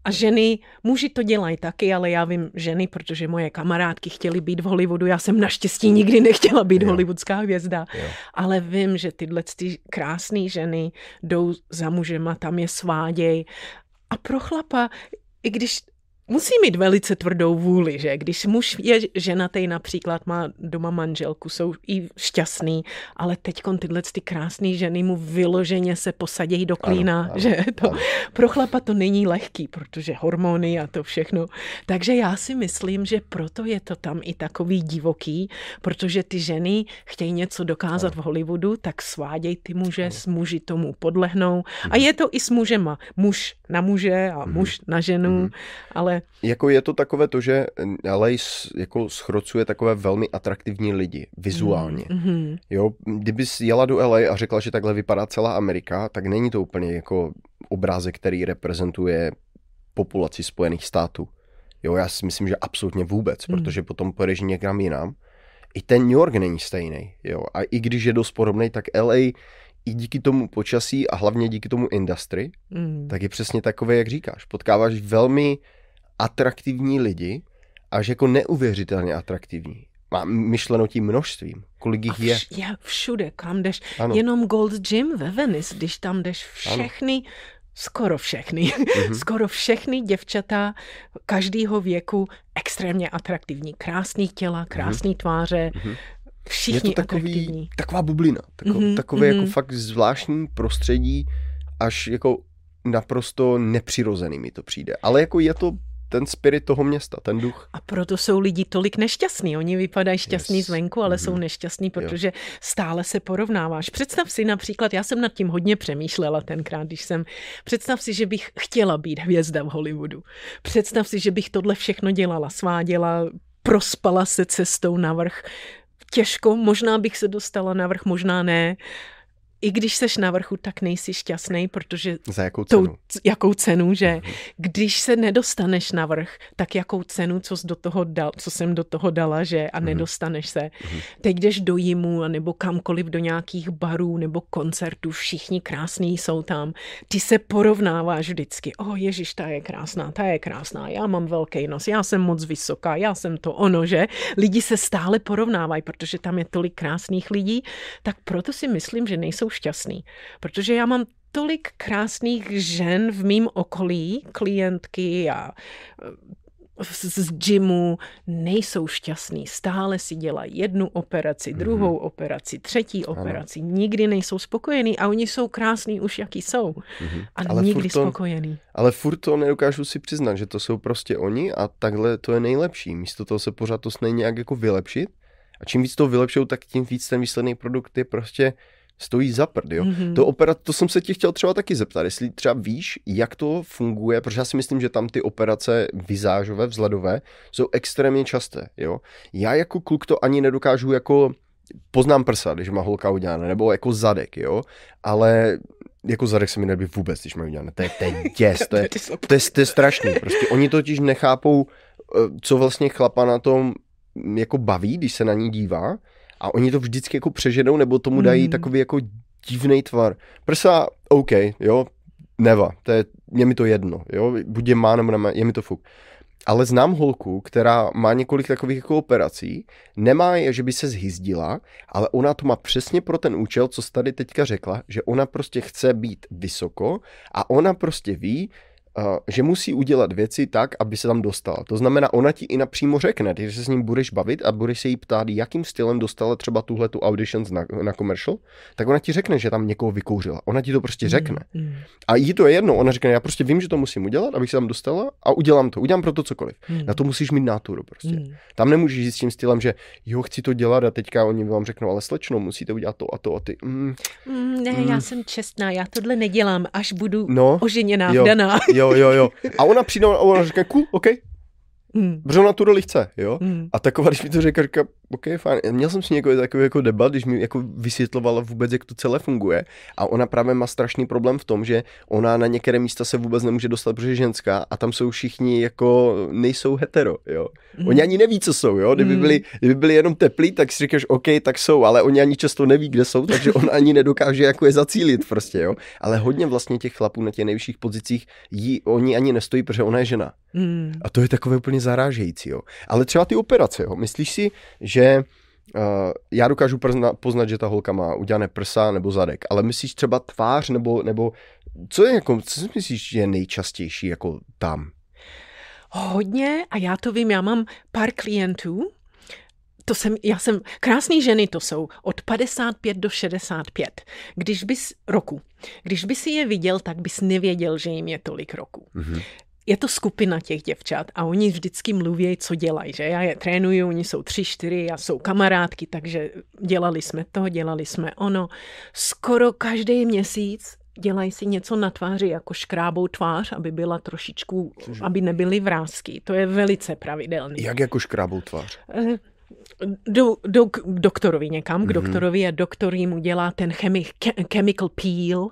A ženy, muži to dělají taky, ale já vím ženy, protože moje kamarádky chtěly být v Hollywoodu. Já jsem naštěstí nikdy nechtěla být hollywoodská hvězda. Jo. Ale vím, že tyhle krásné ženy jdou za mužema, tam je sváděj. A pro chlapa, i když musí mít velice tvrdou vůli, že? Když muž je ženatý například, má doma manželku, jsou i šťastný, ale teďkon tyhle krásné ženy mu vyloženě se posadějí do klína, ano, že? Ano. Pro chlapa to není lehký, protože hormony a to všechno. Takže já si myslím, že proto je to tam i takový divoký, protože ty ženy chtějí něco dokázat v Hollywoodu, tak svádějí ty muže, s muži tomu podlehnou. A je to i s mužema. Muž na muže a muž na ženu, ale jako je to takové to, že LA jako schrocuje takové velmi atraktivní lidi, vizuálně. Jo, kdybys jela do LA a řekla, že takhle vypadá celá Amerika, tak není to úplně jako obrázek, který reprezentuje populaci Spojených států. Jo, já si myslím, že absolutně vůbec, protože potom pojedeš někam jinam. I ten New York není stejný, jo. A i když je dost podobný, tak LA i díky tomu počasí a hlavně díky tomu industry, tak je přesně takové, jak říkáš. Potkáváš velmi atraktivní lidi, až jako neuvěřitelně atraktivní. Mám myšleno tím množstvím, kolik jich je. Všude, kam jdeš. Ano. Jenom Gold's Gym ve Venice, když tam jdeš všechny, skoro všechny děvčata každého věku extrémně atraktivní. Krásný těla, krásný tváře, všichni je to atraktivní. Taková bublina, takové jako fakt zvláštní prostředí, až jako naprosto nepřirozený mi to přijde. Ale jako je to ten spirit toho města, ten duch. A proto jsou lidi tolik nešťastní. Oni vypadají šťastní zvenku, ale jsou nešťastní, protože stále se porovnáváš. Představ si například, já jsem nad tím hodně přemýšlela tenkrát, představ si, že bych chtěla být hvězda v Hollywoodu. Představ si, že bych tohle všechno dělala, sváděla, prospala se cestou na vrch. Těžko, možná bych se dostala na vrch, možná ne. I když seš na vrchu, tak nejsi šťastný, protože za jakou cenu? Jakou cenu, že když se nedostaneš na vrch, tak jakou cenu, co jsem do toho dala, že a nedostaneš se. Teď jdeš do jimu, nebo kamkoliv do nějakých barů nebo koncertů, všichni krásní jsou tam. Ty se porovnáváš vždycky. Ježiš, ta je krásná, já mám velký nos, já jsem moc vysoká, já jsem to ono, že? Lidi se stále porovnávají, protože tam je tolik krásných lidí, tak proto si myslím, že nejsou šťastný. Protože já mám tolik krásných žen v mým okolí, klientky a z gymu, nejsou šťastný. Stále si dělají jednu operaci, druhou operaci, třetí operaci. Nikdy nejsou spokojení a oni jsou krásní už, jaký jsou. A ale nikdy spokojení. Ale furt to nedokážu si přiznat, že to jsou prostě oni a takhle to je nejlepší. Místo toho se pořád to snaží nějak jako vylepšit. A čím víc to vylepšou, tak tím víc ten výsledný produkt je prostě stojí za prd, jo. To jsem se tě chtěl třeba taky zeptat, jestli třeba víš, jak to funguje, protože já si myslím, že tam ty operace vizážové, vzhledové, jsou extrémně časté, jo. Já jako kluk to ani nedokážu jako, poznám prsa, když má holka udělané, nebo jako zadek, jo, ale jako zadek se mi nelíbí vůbec, když mají udělané, to je děs, to je strašný, prostě oni totiž nechápou, co vlastně chlapa na tom jako baví, když se na ní dívá, a oni to vždycky jako přeženou, nebo tomu dají takový jako divnej tvar. Prsa, OK, jo, neva, je mi to jedno, jo, buď je má, nebo nemá, je mi to fuk. Ale znám holku, která má několik takových jako operací, nemá je, že by se zhyzdila, ale ona to má přesně pro ten účel, co jsi tady teďka řekla, že ona prostě chce být vysoko a ona prostě ví, že musí udělat věci tak, aby se tam dostala. To znamená, ona ti i napřímo řekne, když se s ním budeš bavit a budeš se jí ptát, jakým stylem dostala třeba tuhletu auditions na commercial, tak ona ti řekne, že tam někoho vykouřila. Ona ti to prostě řekne. A jí to je jedno, ona řekne, já prostě vím, že to musím udělat, abych se tam dostala a udělám pro to cokoliv. Na to musíš mít náturu prostě. Tam nemůžeš jít s tím stylem, že jo, chci to dělat a teďka oni vám řeknou, ale slečno, musíte udělat to a to a ty. Ne, já jsem čestná, já tohle nedělám, až budu oženěná, vdaná. Jo. A ona přijde a ona říká, cool, OK. Protože ona tu roli chce, jo. A taková, když mi to říká, OK, fajn. Měl jsem si někoho takový jako debat, když mi jako vysvětlovala vůbec, jak to celé funguje. A ona právě má strašný problém v tom, že ona na některé místa se vůbec nemůže dostat, protože je ženská a tam jsou všichni jako nejsou hetero, jo. Oni ani neví, co jsou, jo. Kdyby byli jenom teplí, tak si říkáš, OK, tak jsou, ale oni ani často neví, kde jsou, takže on ani nedokáže jako je zacílit prostě, jo. Ale hodně vlastně těch chlapů na těch nejvyšších pozicích oni ani nestojí, protože ona je žena. A to je takové úplně zarážející, jo. Ale třeba ty operace, jo. Myslíš si, že já dokážu poznat, že ta holka má udělané prsa nebo zadek, ale myslíš třeba tvář nebo co si myslíš, že je nejčastější jako tam? Hodně a já to vím, já mám pár klientů, krásné ženy to jsou od 55 do 65. Když bys si je viděl, tak bys nevěděl, že jim je tolik roku. Mm-hmm. Je to skupina těch děvčat a oni vždycky mluví, co dělají, že? Já je trénuju, oni jsou 3-4 a jsou kamarádky, takže dělali jsme to, dělali jsme ono. Skoro každý měsíc dělají si něco na tváři, jako škrábou tvář, aby byla trošičku, aby nebyly vrásky. To je velice pravidelný. Jak jako škrábou tvář? Jdou k doktorovi někam, k doktorovi a doktor jim udělá ten chemical peel,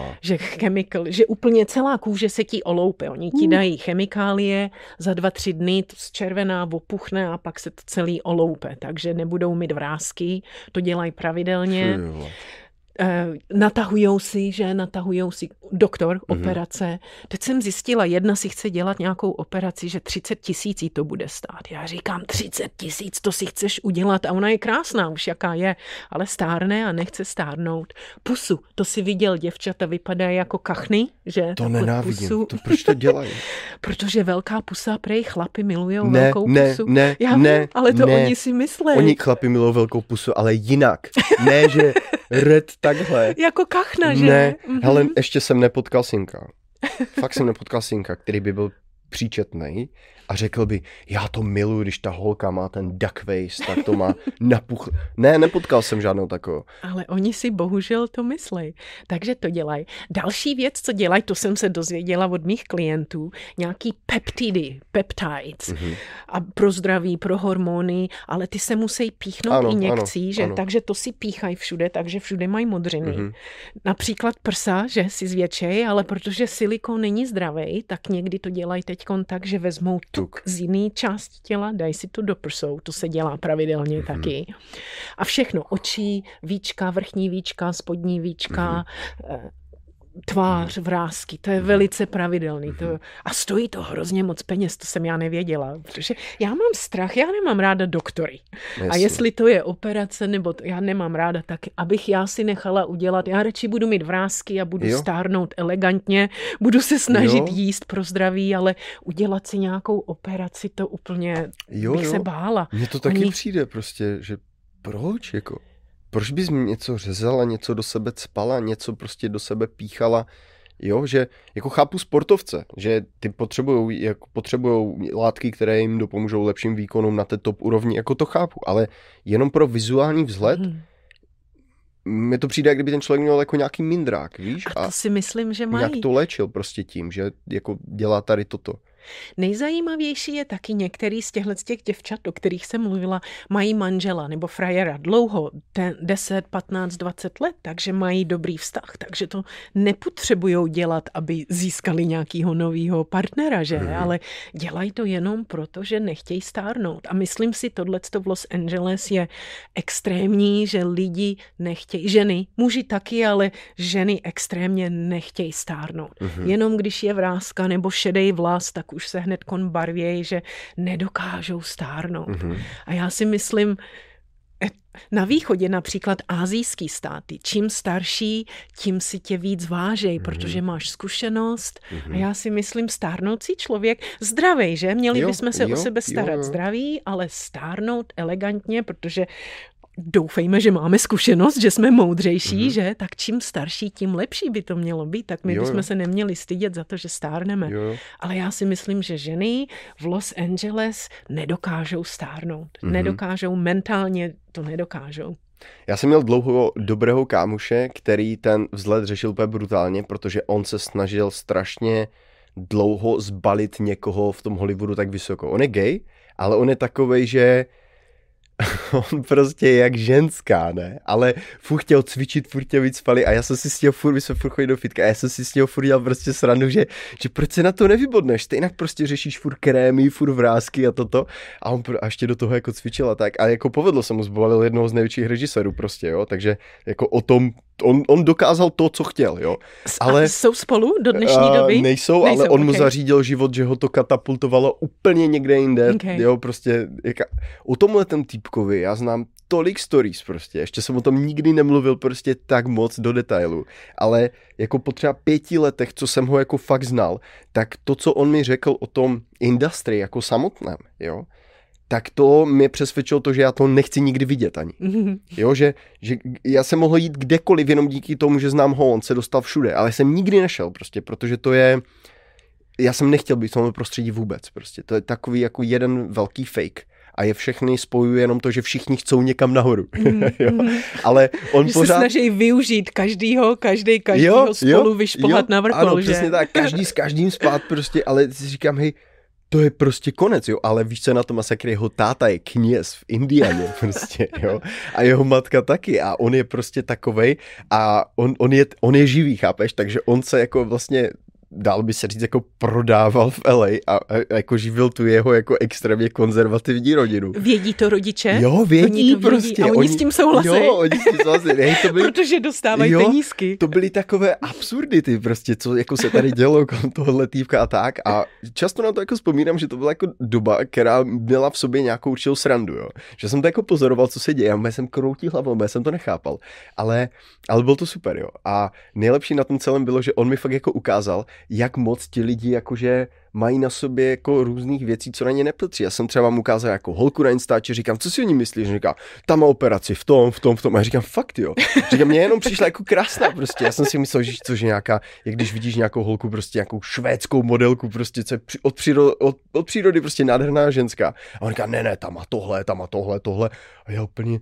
že úplně celá kůže se ti oloupe. Oni ti dají chemikálie, za 2-3 dny to zčervená, opuchne a pak se to celý oloupe, takže nebudou mít vrásky, to dělají pravidelně. Natahujou si doktor operace. Teď jsem zjistila, jedna si chce dělat nějakou operaci, že 30 000 jí to bude stát. Já říkám, 30 000, to si chceš udělat a ona je krásná už jaká je, ale stárne a nechce stárnout. Pusu, to si viděl, děvčata vypadají jako kachny, že? To nenávidím, to proč to dělají? Protože velká pusa, prej chlapi milujou velkou pusu. Ale to oni si myslí. Oni chlapi milují velkou pusu, ale jinak. Ne, že red takhle. Jako kachna, že? Ne, hele, ještě jsem nepotkal synka. Fakt jsem nepotkal synka, který by byl příčetnej a řekl by, já to miluji, když ta holka má ten duck face, tak to má napuch. Ne, nepotkal jsem žádnou takovou. Ale oni si bohužel to myslí. Takže to dělají. Další věc, co dělají, to jsem se dozvěděla od mých klientů, nějaký peptides. A pro zdraví, pro hormony, ale ty se musí píchnout injekcí, že? Ano. Takže to si píchají všude, takže všude mají modřiny. Například prsa, že si zvětšej, ale protože silikon není zdravý, tak někdy to dělají teďkon tak, že vezmou tuk z jiný části těla, dají si to do prsou, to se dělá pravidelně taky. A všechno, oči, víčka, vrchní víčka, spodní víčka, tvář, vrásky, to je velice pravidelný. A stojí to hrozně moc peněz, to jsem já nevěděla, protože já mám strach, já nemám ráda doktory. Jasně. A jestli to je operace, nebo já nemám ráda, tak abych já si nechala udělat, já radši budu mít vrásky a budu stárnout elegantně, budu se snažit jíst pro zdraví, ale udělat si nějakou operaci, to úplně bych se bála. Mně to taky přijde prostě, že proč jako... Proč bys něco řezala, něco do sebe cpala, něco prostě do sebe píchala, jo, že jako chápu sportovce, že ty potřebujou látky, které jim dopomůžou lepším výkonům na té top úrovni, jako to chápu, ale jenom pro vizuální vzhled, mně to přijde, jak kdyby ten člověk měl jako nějaký mindrák, víš? A to si myslím, že mají. Nějak to léčil prostě tím, že jako dělá tady toto. Nejzajímavější je taky některý z těch děvčat, o kterých jsem mluvila, mají manžela nebo frajera dlouho, 10, 15, 20 let, takže mají dobrý vztah, takže to nepotřebujou dělat, aby získali nějakého nového partnera, že? Ale dělají to jenom proto, že nechtějí stárnout. A myslím si, tohleto v Los Angeles je extrémní, že lidi nechtějí, ženy, muži taky, ale ženy extrémně nechtějí stárnout. Jenom když je vráska nebo šedej vlas, tak už se hned barvějí, že nedokážou stárnout. A já si myslím, na východě například asijský státy, čím starší, tím si tě víc vážej, protože máš zkušenost. A já si myslím, stárnoucí člověk, zdravej, že? Měli bychom se o sebe starat zdraví, ale stárnout elegantně, protože doufejme, že máme zkušenost, že jsme moudřejší, že? Tak čím starší, tím lepší by to mělo být. Tak my bychom se neměli stydět za to, že stárneme. Ale já si myslím, že ženy v Los Angeles nedokážou stárnout. Nedokážou, mentálně to nedokážou. Já jsem měl dlouho dobrého kámoše, který ten vzhled řešil úplně brutálně, protože on se snažil strašně dlouho zbalit někoho v tom Hollywoodu tak vysoko. On je gay, ale on je takovej, že On prostě je jak ženská, ne? Ale furt chtěl cvičit, furt chtěl víc spalit a já jsem si s těho my jsme furt chodili do fitka a já jsem si s těho furt dělal prostě srandu, že proč se na to nevybodneš? Stejnak prostě řešíš furt krémy, furt vrásky a toto a on a ještě do toho jako cvičil a tak a jako povedlo se mu, zbalil jednoho z největších režisérů prostě, jo? Takže jako o tom on dokázal to, co chtěl, jo. Ale jsou spolu do dnešní doby? Nejsou, ale on mu zařídil život, že ho to katapultovalo úplně někde jinde, jo, prostě. O tomhle ten týpkovi já znám tolik stories prostě, ještě jsem o tom nikdy nemluvil prostě tak moc do detailu, ale jako po třeba 5 letech, co jsem ho jako fakt znal, tak to, co on mi řekl o tom industry jako samotném, jo, tak to mě přesvědčilo to, že já to nechci nikdy vidět ani. Jo, že já jsem mohl jít kdekoliv jenom díky tomu, že znám ho, on se dostal všude, ale jsem nikdy nešel prostě, protože to je, já jsem nechtěl být v tom prostředí vůbec prostě, to je takový jako jeden velký fake a je všechny spojuje jenom to, že všichni chcou někam nahoru. Jo? Ale on pořád... se snaží využít každý spolu vyšplhat na vrchol, ano, že? Přesně tak, každý s každým spát prostě, ale si říkám, hej, to je prostě konec, jo, ale víš, co na tom masakr, jeho táta je kněz v Indianě prostě, jo, a jeho matka taky a on je prostě takovej a on je živý, chápeš, takže on se jako vlastně dál by se říct, jako prodával v LA a jako živil tu jeho jako extrémně konzervativní rodinu. Vědí to rodiče? Jo, vědí prostě. A oni s tím souhlasí. Jo, oni s tím souhlasí. Protože dostávají penízky. To byly takové absurdity prostě, co jako se tady dělo kolem tohohle týpka a tak. A často na to jako vzpomínám, že to byla jako doba, která měla v sobě nějakou určitou srandu, jo. Že jsem to jako pozoroval, co se děje. Já jsem kroutil hlavou, já jsem to nechápal. Ale bylo to super, jo. A nejlepší na tom celém bylo, že on mi fakt jako ukázal, jak moc ti lidi jakože mají na sobě jako různých věcí, co na ně nepatří. Já jsem třeba mu ukázal jako holku na Instači, říkám, co si o ní myslíš? Říká, tam má operaci v tom. A já říkám, fakt jo. Říkám, mně jenom přišla jako krásná prostě. Já jsem si myslel, že což je nějaká, jak když vidíš nějakou holku, prostě nějakou švédskou modelku, prostě co je od přírody prostě nádherná ženská. A on říká, ne, tam má tohle. A já úplně,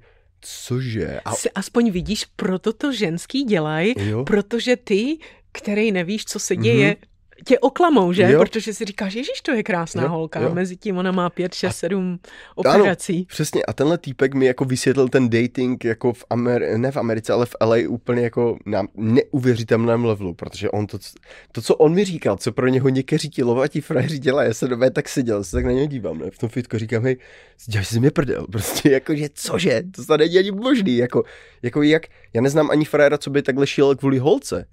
cože? Aspoň vidíš, proto to ženský dělají, protože ty, který nevíš, co se děje, tě oklamou, že? Jo. Protože si říkáš, ježiš, to je krásná holka. Jo. Mezi tím ona má 5, 6, 7 operací. Ano, přesně. A tenhle týpek mi jako vysvětlil ten dating jako ne v Americe, ale v LA úplně jako na neuvěřitelném levelu, protože on to, co on mi říkal, co pro něho někteří ti lovatí frajeři dělají, já se doma tak seděl, se tak na něj dívám, ne? V tom fitku říkám, hej, děláš si mě prdel, prostě jakože cože, to se není ani možný, jako jak, já neznám ani frajera, co by takhle šílel kvůli holce.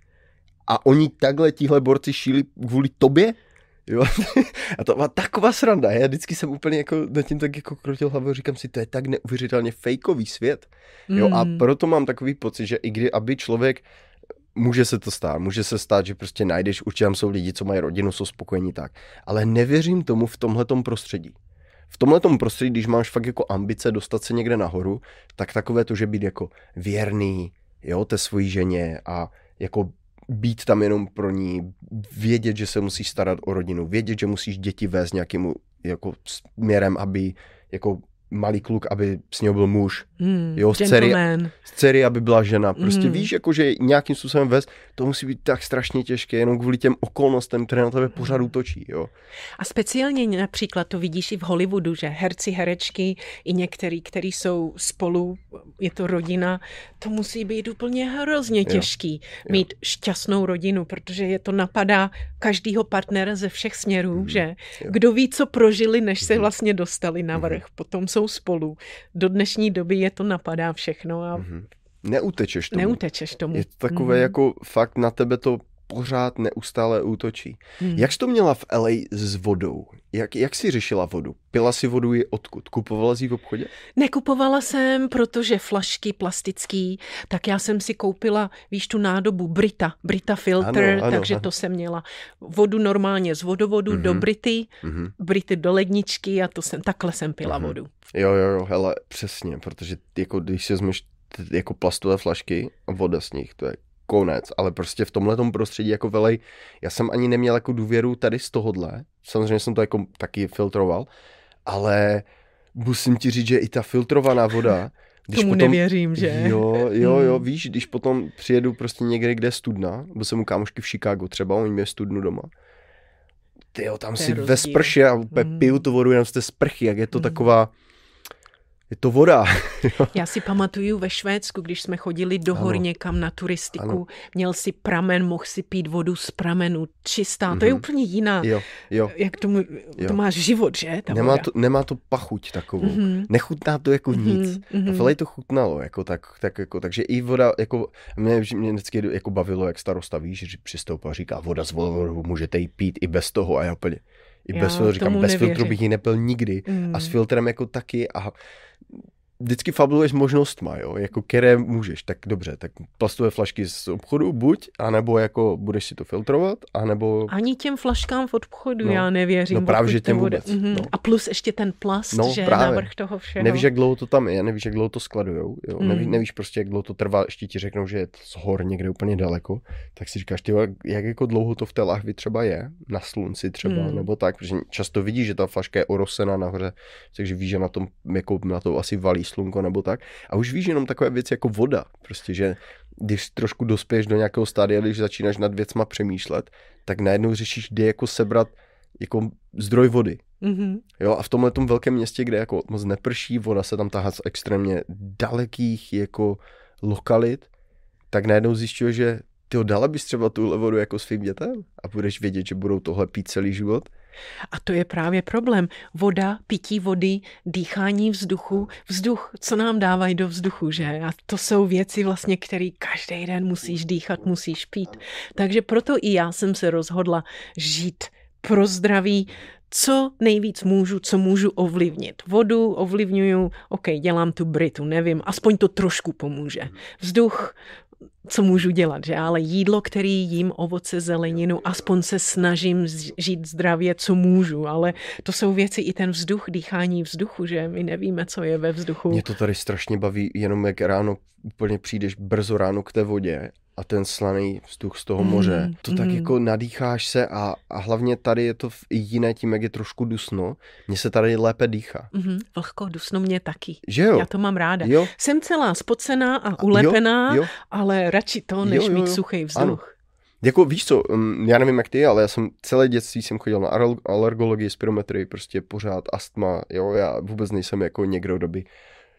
A oni takhle tíhle borci šíli kvůli tobě? Jo? A to byla taková sranda. Já vždycky jsem úplně jako nad tím tak jako kroutil hlavu, říkám si, to je tak neuvěřitelně fejkový svět. Jo? A proto mám takový pocit, že i aby člověk, může se stát, že prostě najdeš, určitě tam jsou lidi, co mají rodinu, jsou spokojení tak. Ale nevěřím tomu v tomhletom prostředí. V tomhletom prostředí, když máš fakt jako ambice dostat se někde nahoru, tak takové to, že být jako věrný, jo, té svojí ženě a jako být tam jenom pro ní, vědět, že se musíš starat o rodinu, vědět, že musíš děti vést nějakým jako směrem, aby jako malý kluk, aby s něho byl muž. Jo, z dcery, aby byla žena. Prostě víš, jako, že nějakým způsobem vést, to musí být tak strašně těžké, jenom kvůli těm okolnostem, které na tebe pořád útočí. Jo. A speciálně například to vidíš i v Hollywoodu, že herci, herečky, i některý, kteří jsou spolu, je to rodina, to musí být úplně hrozně těžký mít šťastnou rodinu, protože je to napadá každýho partnera ze všech směrů, že? Kdo ví, co prožili, než se vlastně dostali na vrch. Potom jsou spolu. Do dnešní doby je to napadá všechno a neutečeš tomu. Je to takové jako fakt na tebe to pořád neustále útočí. Jak jsi to měla v LA s vodou? Jak jsi řešila vodu? Pila si vodu i odkud? Kupovala jsi v obchodě? Nekupovala jsem, protože flašky plastický, tak já jsem si koupila, víš, tu nádobu Brita filter, takže to jsem měla vodu normálně z vodovodu do Brity, Brity do ledničky a takhle jsem pila vodu. Jo, hele, přesně, protože jako když si vezmeš jako plastové flašky a voda z nich, to je konec, ale prostě v tomhletom prostředí jako velej, já jsem ani neměl jako důvěru tady z tohodle, samozřejmě jsem to jako taky filtroval, ale musím ti říct, že i ta filtrovaná voda, když tomu potom, nevěřím, že? Jo, víš, když potom přijedu prostě někde, kde je studna, byl jsem u kámošky v Chicagu třeba, oni měli studnu doma, tyjo, tam si ve sprše a piju tu vodu jenom z té sprchy, jak je to taková, je to voda. Já si pamatuju ve Švédsku, když jsme chodili do hor někam na turistiku, měl si pramen, mohl si pít vodu z pramenu, čistá, to je úplně jiná. Jo. Jak tomu, to máš život, že? Ta voda. Nemá to pachuť takovou. Nechutná to jako nic. A Felej to chutnalo, takže i voda, jako, mě vždycky jako bavilo, jak starosta, víš, že přistoupil a říká, voda z vodovodu, můžete ji pít i bez toho, a já úplně, bez filtru, říkám, bez filtru bych ji nepil nikdy. A s filtrem jako taky a vždycky fabuluješ možnostma, jo, jako které můžeš, tak dobře, tak plastové flašky z obchodu buď, anebo jako budeš si to filtrovat, anebo... Ani těm flaškám v obchodu já nevěřím. No právě, že těm vůbec. A plus ještě ten plast, že navrch toho všeho. Nevíš, jak dlouho to tam je, nevíš, jak dlouho to skladujou, jo? Nevíš prostě, jak dlouho to trvá, ještě ti řeknou, že je z hor někde úplně daleko, tak si říkáš, jak jako dlouho to v té lahvi třeba je, na slunci třeba, nebo tak, protože často vidíš, že ta flaška je orosená nahoře, takže víš, že na tom jako na to asi valí slunko nebo tak. A už víš jenom takové věci jako voda. Prostě, že když trošku dospěješ do nějakého stádia, když začínáš nad věcma přemýšlet, tak najednou řešíš, kde jako sebrat jako zdroj vody. Jo, a v tomhletom velkém městě, kde jako moc neprší, voda se tam tahá z extrémně dalekých jako lokalit, tak najednou zjišťuješ, že dala bys třeba tuhle vodu jako svým dětem a budeš vědět, že budou tohle pít celý život. A to je právě problém. Voda, pití vody, dýchání vzduchu, vzduch, co nám dávají do vzduchu, že? A to jsou věci vlastně, které každý den musíš dýchat, musíš pít. Takže proto i já jsem se rozhodla žít pro zdraví, co nejvíc můžu, co můžu ovlivnit. Vodu ovlivňuju, dělám tu Britu, nevím, aspoň to trošku pomůže. Vzduch, co můžu dělat, že? Ale jídlo, který jím, ovoce, zeleninu, aspoň se snažím žít zdravě, co můžu, ale to jsou věci i ten vzduch, dýchání vzduchu, že my nevíme, co je ve vzduchu. Mě to tady strašně baví, jenom jak ráno úplně přijdeš brzo ráno k té vodě a ten slaný vzduch z toho moře, to tak jako nadýcháš se a hlavně tady je to jiné tím, jak je trošku dusno. Mně se tady lépe dýchá. Vlhko, dusno mě taky. Že jo? Já to mám ráda. Jo? Jsem celá spocená a ulepená, ale radši to, než mít suchý vzduch. Ano. Jako víš co, já nevím jak ty, ale já jsem celé dětství jsem chodil na alergologii, spirometrii, prostě pořád astma, jo, já vůbec nejsem jako někdo, kdo by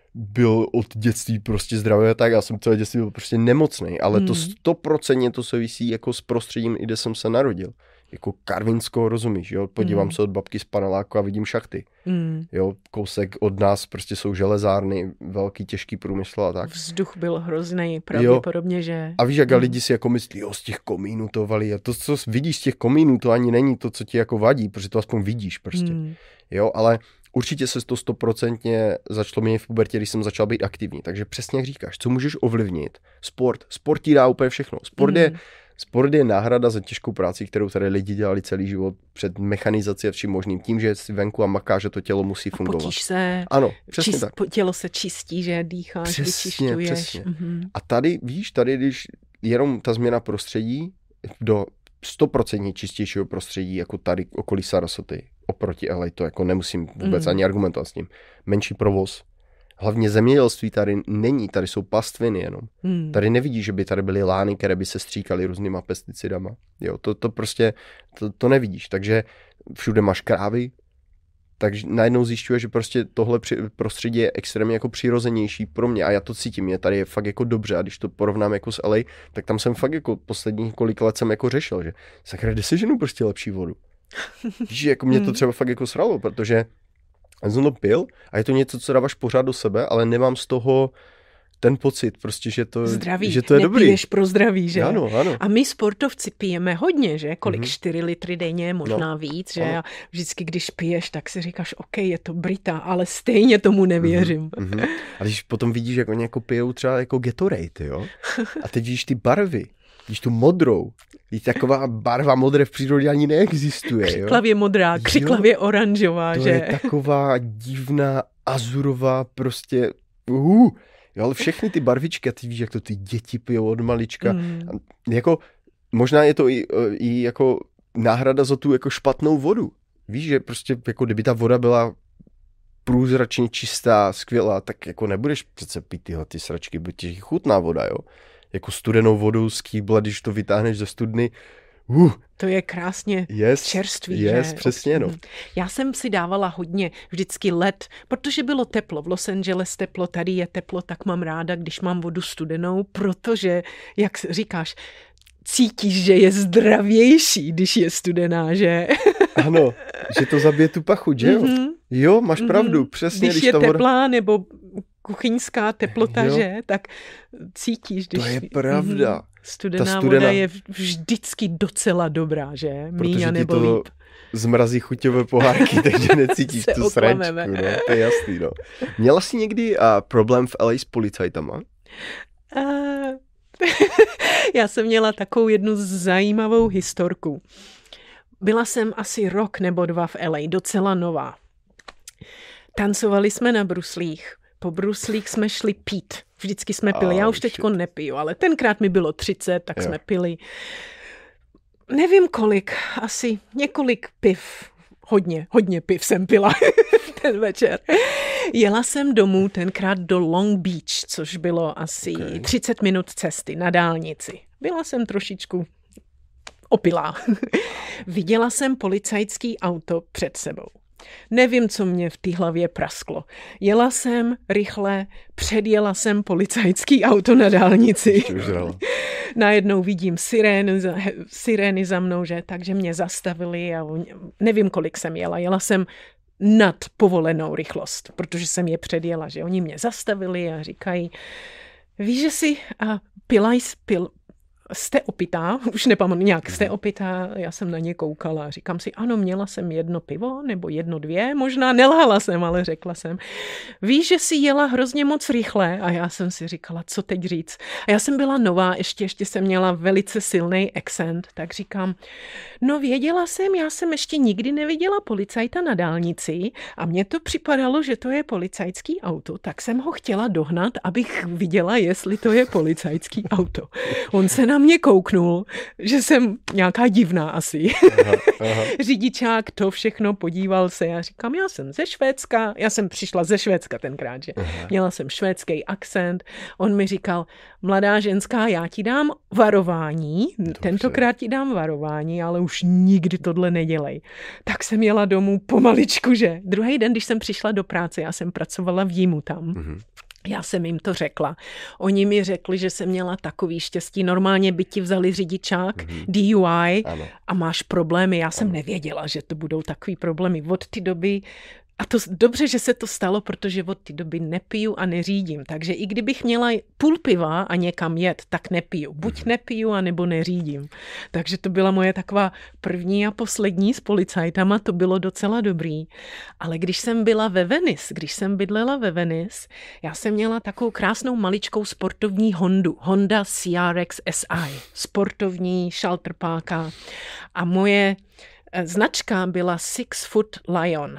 byl od dětství prostě zdravý a tak, já jsem celé dětství byl prostě nemocnej, ale to 100% to souvisí jako s prostředím, kde jsem se narodil. Jako Karvinsko, rozumíš, jo, podívám se od babky z paneláku a vidím šachty. Jo, kousek od nás prostě jsou železárny, velký, těžký průmysl a tak. Vzduch byl hrozný, pravděpodobně, že... A víš, jak lidi si jako myslí, z těch komínů to valí a to, co vidíš z těch komínů, to ani není to, co ti jako vadí, protože to aspoň vidíš prostě. Jo, ale určitě se to 100% začalo měnit v pubertě, když jsem začal být aktivní. Takže přesně jak říkáš, co můžeš ovlivnit? Sport. Sport ti dá úplně všechno. Sport je náhrada za těžkou práci, kterou tady lidi dělali celý život před mechanizací a vším možným. Tím, že jsi venku a makáš, že to tělo musí fungovat. Potíš se. Ano, přesně tak. Tělo se čistí, že dýcháš, vyčišťuješ. Přesně. A tady, víš, když jenom ta změna prostředí do 100% čistějšího prostředí, jako tady okolí Sarasoty, oproti LA, to jako nemusím vůbec ani argumentovat s tím. Menší provoz. Hlavně zemědělství tady není, tady jsou pastviny jenom. Tady nevidíš, že by tady byly lány, které by se stříkaly různýma pesticidama. Jo, to prostě, to nevidíš. Takže všude máš krávy, takže najednou zjišťuješ, že prostě tohle prostředí je extrémně jako přirozenější pro mě a já to cítím, mě tady je fakt jako dobře a když to porovnám jako s LA, tak tam jsem fakt jako posledních kolik let jsem jako řešil, že sakra, kde si ženu prostě lepší vodu. Víš, jako mě to třeba fakt jako sralo, protože jsem to pil a je to něco, co dáváš pořád do sebe, ale nemám z toho ten pocit, prostě, že to, zdraví, že to je dobrý. Nepiješ pro zdraví, že? Ano. A my sportovci pijeme hodně, že? Kolik 4 litry denně, možná víc, že? A vždycky, když piješ, tak si říkáš, je to Brita, ale stejně tomu nevěřím. A když potom vidíš, jak oni jako pijou třeba jako Gatorade, jo? A teď vidíš ty barvy, vidíš tu modrou. Taková barva modré v přírodě ani neexistuje. Křiklavě modrá, křiklavě oranžová, to že? To je taková divná, azurová, prostě... Jo, ale všechny ty barvičky, a ty víš, jak to ty děti pijou od malička. Jako, možná je to i jako náhrada za tu jako špatnou vodu. Víš, že prostě jako kdyby ta voda byla průzračně čistá, skvělá, tak jako nebudeš přece pít tyhle ty sračky, bude ti chutná voda, jo. Jako studenou vodu z kýbla, když to vytáhneš ze studny, To je krásně čerstvý, že? Přesně, no. Já jsem si dávala hodně vždycky led, protože bylo teplo. V Los Angeles teplo, tady je teplo, tak mám ráda, když mám vodu studenou, protože, jak říkáš, cítíš, že je zdravější, když je studená, že? Ano, že to zabije tu pachuť, že jo? Jo, máš pravdu, přesně. Když je teplá nebo kuchyňská teplota, že? Tak cítíš, když... To je pravda. Studená voda je vždycky docela dobrá, že? Míň nebo líp. Zmrazí chuťové pohárky, takže necítíš tu sračku. No, to je jasný, no. Měla jsi někdy problém v LA s policajtama? Já jsem měla takovou jednu zajímavou historku. Byla jsem asi rok nebo 2 v LA, docela nová. Tancovali jsme na bruslích. Po bruslích jsme šli pít. Vždycky jsme pili. Já už teďko nepiju, ale tenkrát mi bylo 30, tak jsme pili. Nevím kolik, asi několik piv. Hodně piv jsem pila ten večer. Jela jsem domů tenkrát do Long Beach, což bylo asi 30 minut cesty na dálnici. Byla jsem trošičku opilá. Viděla jsem policajský auto před sebou. Nevím, co mě v té hlavě prasklo. Jela jsem rychle, předjela jsem policajský auto na dálnici. Najednou vidím sirény za mnou, že? Takže mě zastavili a nevím, kolik jsem jela. Jela jsem nad povolenou rychlost, protože jsem je předjela, že? Oni mě zastavili a říkají, víš, že jsi jste opitá, už nepamatuji, nějak jste opitá, já jsem na ně koukala, říkám si, ano, měla jsem 1 pivo, nebo 1, 2, možná nelhala jsem, ale řekla jsem, víš, že jsi jela hrozně moc rychle a já jsem si říkala, co teď říct. A já jsem byla nová, ještě jsem měla velice silný accent, tak říkám, no věděla jsem, já jsem ještě nikdy neviděla policajta na dálnici a mně to připadalo, že to je policajský auto, tak jsem ho chtěla dohnat, abych viděla, jestli to je policajský auto. On se na mě kouknul, že jsem nějaká divná asi. Aha. Řidičák to všechno podíval se. Já říkám, já jsem ze Švédska. Já jsem přišla ze Švédska tenkrát, že? Měla jsem švédský akcent. On mi říkal, mladá ženská, já ti dám varování. Tentokrát ti dám varování, ale už nikdy tohle nedělej. Tak jsem jela domů pomaličku, že? Druhý den, když jsem přišla do práce, já jsem pracovala v Jimu tam. Já jsem jim to řekla. Oni mi řekli, že jsem měla takový štěstí. Normálně by ti vzali řidičák, DUI a máš problémy. Já jsem nevěděla, že to budou takový problémy. Od té doby, a to dobře, že se to stalo, protože od té doby nepiju a neřídím. Takže i kdybych měla půl piva a někam jet, tak nepiju. Buď nepiju, anebo neřídím. Takže to byla moje taková první a poslední s policajtama, to bylo docela dobrý. Ale když jsem byla ve Venice, když jsem bydlela ve Venice, já jsem měla takovou krásnou maličkou sportovní Hondu. Honda CRX SI. Sportovní, šaltrpáka. A moje značka byla 6 Foot Lion.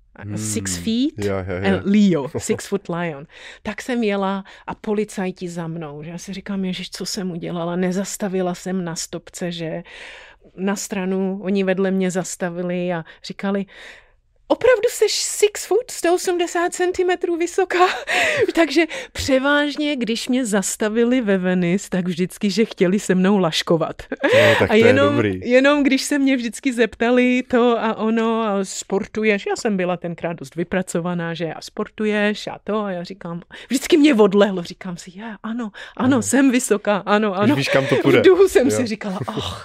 6 feet Leo, 6 foot lion. Tak jsem jela a policajti za mnou. Že já si říkám, ježiš, co jsem udělala? Nezastavila jsem na stopce, že na stranu oni vedle mě zastavili a říkali, opravdu jsi 6 foot, 180 cm vysoká. Takže převážně, když mě zastavili ve Venice, tak vždycky, že chtěli se mnou laškovat. No, tak a jenom když se mě vždycky zeptali to a ono, a sportuješ, já jsem byla tenkrát dost vypracovaná, že a sportuješ a to a já říkám, vždycky mě odlehlo, říkám si, ano, jsem vysoká, ano. Už víš, kam to půjde. V duhu jsem si říkala,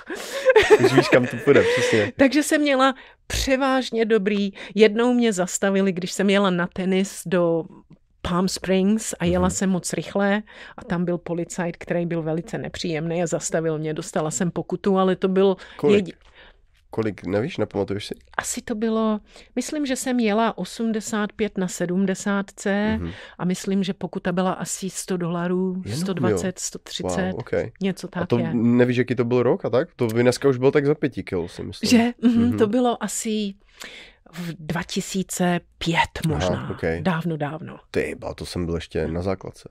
Už víš, kam to půjde, přesně. Takže jsem měla převážně dobrý. Jednou mě zastavili, když jsem jela na tenis do Palm Springs a jela jsem moc rychle a tam byl policajt, který byl velice nepříjemný a zastavil mě. Dostala jsem pokutu, ale to byl... Kolik, nevíš, nepamatuješ si? Asi to bylo, myslím, že jsem jela 85 na 70 a myslím, že pokuta byla asi $100, 120, 130, něco tak. A to nevíš, jaký to byl rok a tak? To by dneska už bylo tak za 5 kilo, si myslím. Že? To bylo asi v 2005 možná. Dávno. To jsem byl ještě na základce.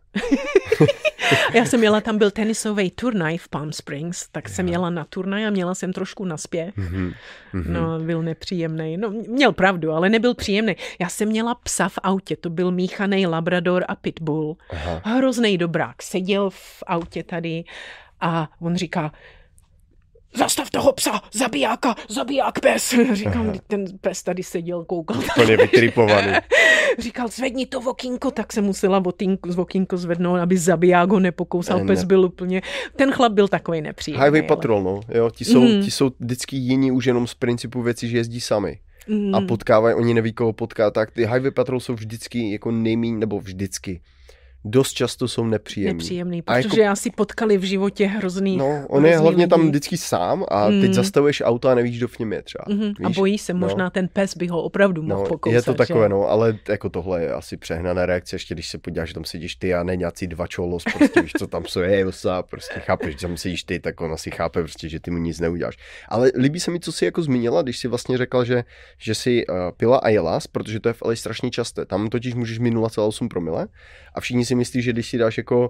Já jsem jela, tam byl tenisový turnaj v Palm Springs, tak jsem jela na turnaj a měla jsem trošku naspěch. No, byl nepříjemný. No, měl pravdu, ale nebyl příjemný. Já jsem měla psa v autě, to byl míchaný labrador a pitbull. Hrozný dobrák. Seděl v autě tady a on říká, zastav toho psa, zabiják pes. Říkám, ten pes tady seděl, koukal. Úplně vytripovaný. Říkal, zvedni to okýnko, tak se musela okýnko zvednout, aby zabiják ho nepokousal. Pes byl úplně, ten chlap byl takovej nepříjemný. Highway Patrol, no, jo, ti jsou vždycky jiní už jenom z principu věcí, že jezdí sami. A potkávají, oni neví, koho potká, tak ty Highway Patrol jsou vždycky jako nejméně, nebo vždycky. Dost často jsou nepříjemný. Protože já si potkali v životě hrozný. No, on je hlavně lidi. Tam vždycky sám a teď zastavuješ auto a nevíš, kdo v něm je třeba. A bojí se, možná ten pes by ho opravdu mohl pokousat. Je to takové, no, ale jako tohle je asi přehnaná reakce, ještě když se podíváš, že tam sedíš ty a ne nějací dva čolos, prostě víš, co tam jsou, prostě chápeš, že tam sedíš ty, tak on asi chápe prostě, že ty mu nic neuděláš. Ale líbí se mi, co jsi jako zmínila, když jsi vlastně řekla, že jsi pila a jela, protože to je v LA strašně časté. Tam totiž můžeš mít 0,8 promile a všichni si myslí, že když si dáš jako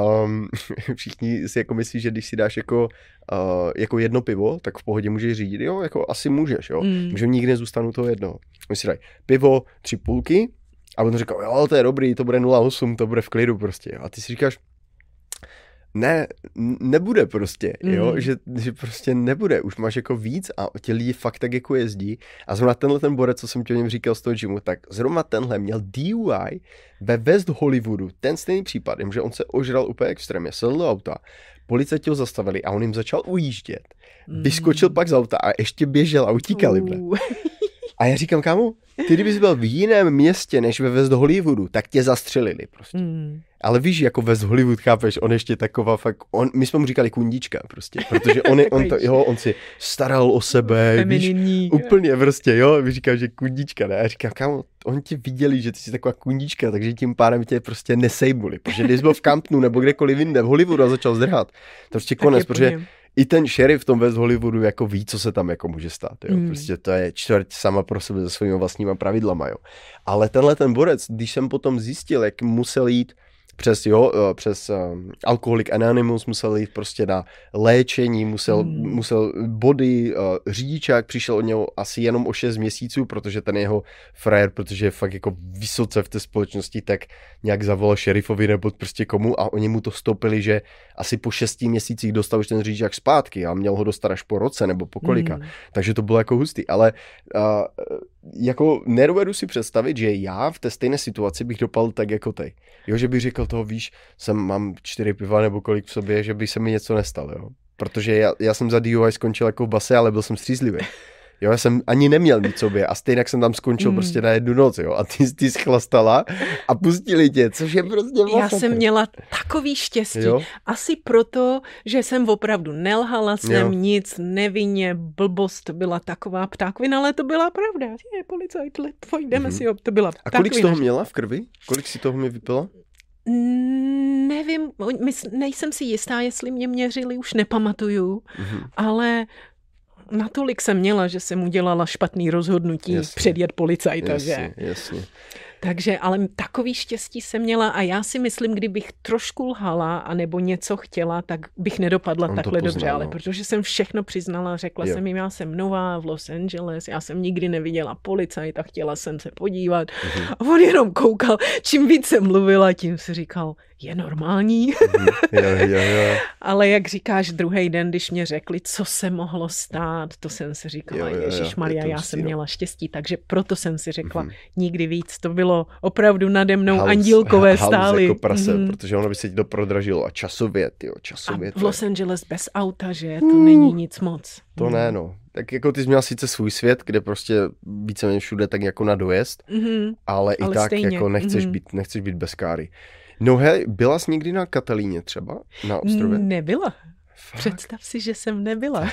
všichni si jako myslí, že když si dáš jako jedno pivo, tak v pohodě můžeš řídit, jo, jako asi můžeš, jo, že nikdy nezůstanu toho jednoho. Oni si dají pivo 3 půlky a on říká, jo, to je dobrý, to bude 0,8, to bude v klidu prostě, a ty si říkáš, ne, nebude prostě, jo, že prostě nebude, už máš jako víc a ti lidi fakt tak jako jezdí a zrovna tenhle ten borec, co jsem ti o něm říkal z toho gymu, tak zrovna tenhle měl DUI ve West Hollywoodu, ten stejný případ, že on se ožral úplně extrémně, sedl do auta, policajti ho zastavili a on jim začal ujíždět, vyskočil pak z auta a ještě běžel a utíkal jim. A já říkám, kámo, ty kdybys byl v jiném městě než ve West Hollywoodu, tak tě zastřelili prostě. Ale víš, jako West Hollywood, chápeš, on ještě taková fakt, my jsme mu říkali kundička prostě, protože on si staral o sebe, víš, úplně prostě, jo, my říkám, že kundička, ne, a říkám, kámo, on tě viděli, že ty jsi taková kundička, takže tím pádem tě prostě nesejmuli, protože když byl v Camptonu nebo kdekoliv jinde v Hollywoodu a začal zdrhat, to prostě konec, protože i ten šerif v tom West Hollywoodu jako ví, co se tam jako může stát, jo. Prostě to je čtvrť sama pro sebe se svými vlastníma pravidlama, jo. Ale tenhle ten borec, když jsem potom zjistil, jak musel jít přes Alcoholic Anonymous, musel jít prostě na léčení, musel body, řidičák přišel od něho asi jenom o 6 měsíců, protože ten jeho frajer, protože je fakt jako vysoce v té společnosti, tak nějak zavolal šerifovi nebo prostě komu a oni mu to stoupili, že asi po 6 měsících dostal už ten řidičák zpátky a měl ho dostat až po roce nebo po kolika. Takže to bylo jako hustý, ale jako nedovedu si představit, že já v té stejné situaci bych dopadl tak jako ty. Jo, že bych řekl toho, víš, mám 4 piva nebo kolik v sobě, že by se mi něco nestalo, jo. Protože já jsem za DUI skončil jako v base, ale byl jsem střízlivý. Jo, já jsem ani neměl nic sobě a stejně jsem tam skončil prostě na jednu noc, jo. A ty schlastala a pustili tě, což je prostě Já jsem měla takový štěstí. Jo? Asi proto, že jsem opravdu nelhala jsem nic, nevinně, blbost byla taková ptákovina, ale to byla pravda. Je, policajt, jdeme si, to byla ptákovina. A kolik jsi toho měla v krvi? Kolik si toho mě vypila? Nevím, nejsem si jistá, jestli mě měřili, už nepamatuju, ale natolik jsem měla, že jsem udělala špatný rozhodnutí předjet policajta, že? Jasně. Takže, ale takový štěstí jsem měla a já si myslím, kdybych trošku lhala anebo něco chtěla, tak bych nedopadla takhle dobře, ale protože jsem všechno přiznala, řekla jsem jim, já jsem nová v Los Angeles, já jsem nikdy neviděla policajta, chtěla jsem se podívat a on jenom koukal, čím víc jsem mluvila, tím si říkal, je normální. Jo. Ale jak říkáš, druhý den, když mě řekli, co se mohlo stát, to jsem si říkala, ježišmarja, já jsem měla štěstí, takže proto jsem si řekla, nikdy víc, to bylo opravdu nade mnou, andílkové stály. Jako prase, protože ono by se ti to prodražilo a časově. A v Los Angeles bez auta, že to není nic moc. To ne, no. Tak jako ty jsi měla sice svůj svět, kde prostě víceméně všude tak jako na dojezd, ale i tak stejně. Jako nechceš být bez káry. No hej, byla jsi někdy na Katalíně třeba? Na ostrově? Nebyla. Fakt? Představ si, že jsem nebyla.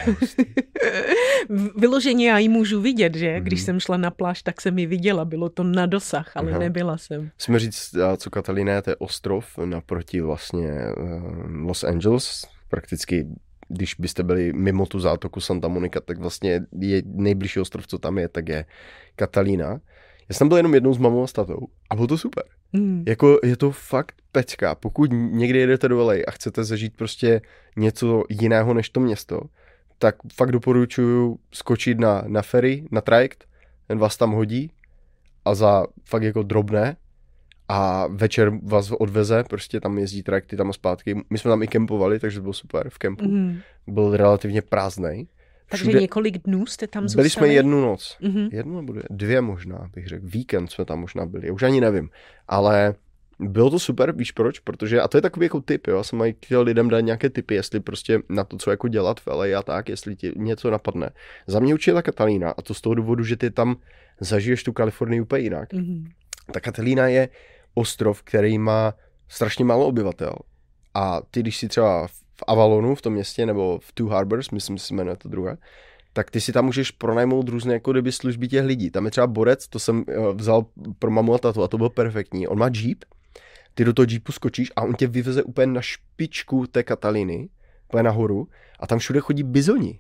Vyloženě já ji můžu vidět, že? Když jsem šla na pláž, tak jsem ji viděla. Bylo to na dosah, ale nebyla jsem. Musíme říct, co Katalína je, to je ostrov naproti vlastně Los Angeles. Prakticky, když byste byli mimo tu zátoku Santa Monica, tak vlastně je nejbližší ostrov, co tam je, tak je Katalína. Já jsem byl jenom jednou s mamou a s tatou a bylo to super. Jako je to fakt pecka. Pokud někdy jedete do LA a chcete zažít prostě něco jiného než to město, tak fakt doporučuju skočit na ferry, na trajekt, ten vás tam hodí a za fakt jako drobné a večer vás odveze, prostě tam jezdí trajekty tam a zpátky. My jsme tam i kempovali, takže to bylo super v kempu. Byl relativně prázdnej. Takže několik dnů jste tam zůstali? Byli jsme jednu noc. Jednu nebo dvě možná, bych řekl. Víkend jsme tam možná byli, já už ani nevím. Ale bylo to super, víš proč? Protože, a to je takový jako tip, jo, já jsem mají chtěl lidem dát nějaké tipy, jestli prostě na to, co jako dělat v LA a tak, jestli ti něco napadne. Za mě určitě ta Catalina, a to z toho důvodu, že ty tam zažiješ tu Kalifornii úplně jinak. Ta Catalina je ostrov, který má strašně málo obyvatel. A ty, když si třeba v Avalonu, v tom městě, nebo v Two Harbors, myslím, že se jmenuje to druhé, tak ty si tam můžeš pronajmout různé jako kdyby služby těch lidí. Tam je třeba borec, to jsem vzal pro mamu a tatu a to bylo perfektní. On má jeep, ty do toho jeepu skočíš a on tě vyveze úplně na špičku té Cataliny, úplně nahoru a tam všude chodí bizoni.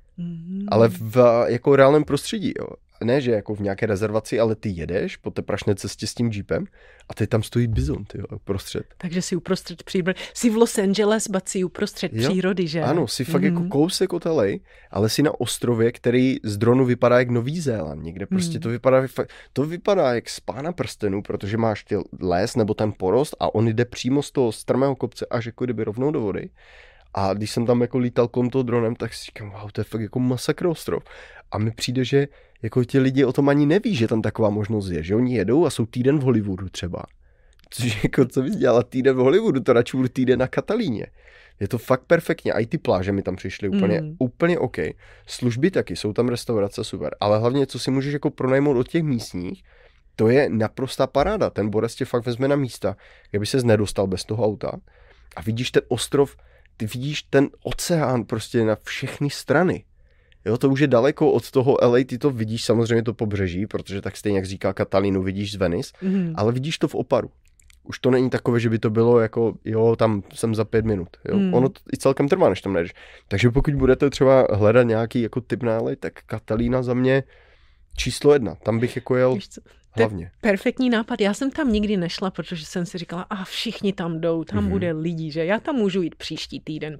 Ale v jako reálném prostředí, jo. Ne, že jako v nějaké rezervaci, ale ty jedeš po té prašné cestě s tím jeepem a teď tam stojí bizon, ty prostřed. Takže jsi uprostřed přírody. Jsi v Los Angeles, but jsi uprostřed přírody, že? Ano, jsi fakt jako kousek od LA, ale jsi na ostrově, který z dronu vypadá jak Nový Zéland. Někde prostě to vypadá jak z Pána prstenů, protože máš ty les nebo ten porost a on jde přímo z toho strmého kopce až jako kdyby rovnou do vody. A když jsem tam jako lítal kolem toho dronem, tak si říkám, wow, to je fakt jako masakr ostrov. A mi přijde, že jako ti lidi o tom ani neví, že tam taková možnost je, že oni jedou a jsou týden v Hollywoodu třeba. Což jako, co bys dělala týden v Hollywoodu, to radši budu týden na Catalíně. Je to fakt perfektně. A i ty pláže mi tam přišly úplně OK. Služby taky, jsou tam restaurace, super. Ale hlavně, co si můžeš jako pronajmout od těch místních, to je naprostá paráda. Ten borec tě fakt vezme na místa, kdyby ses nedostal bez toho auta. A vidíš ten ostrov, ty vidíš ten oceán prostě na všechny strany. Jo, to už je daleko od toho LA, ty to vidíš samozřejmě to pobřeží, protože tak stejně jak říká Catalinu, vidíš z Venice, ale vidíš to v oparu. Už to není takové, že by to bylo jako, jo, tam jsem za 5 minut. Jo. Ono to i celkem trvá, než tam nejdeš. Takže pokud budete třeba hledat nějaký jako typ na LA, tak Catalina za mě číslo 1. Tam bych jako jel hlavně. Perfektní nápad. Já jsem tam nikdy nešla, protože jsem si říkala, všichni tam jdou, tam bude lidí, že já tam můžu jít příští týden.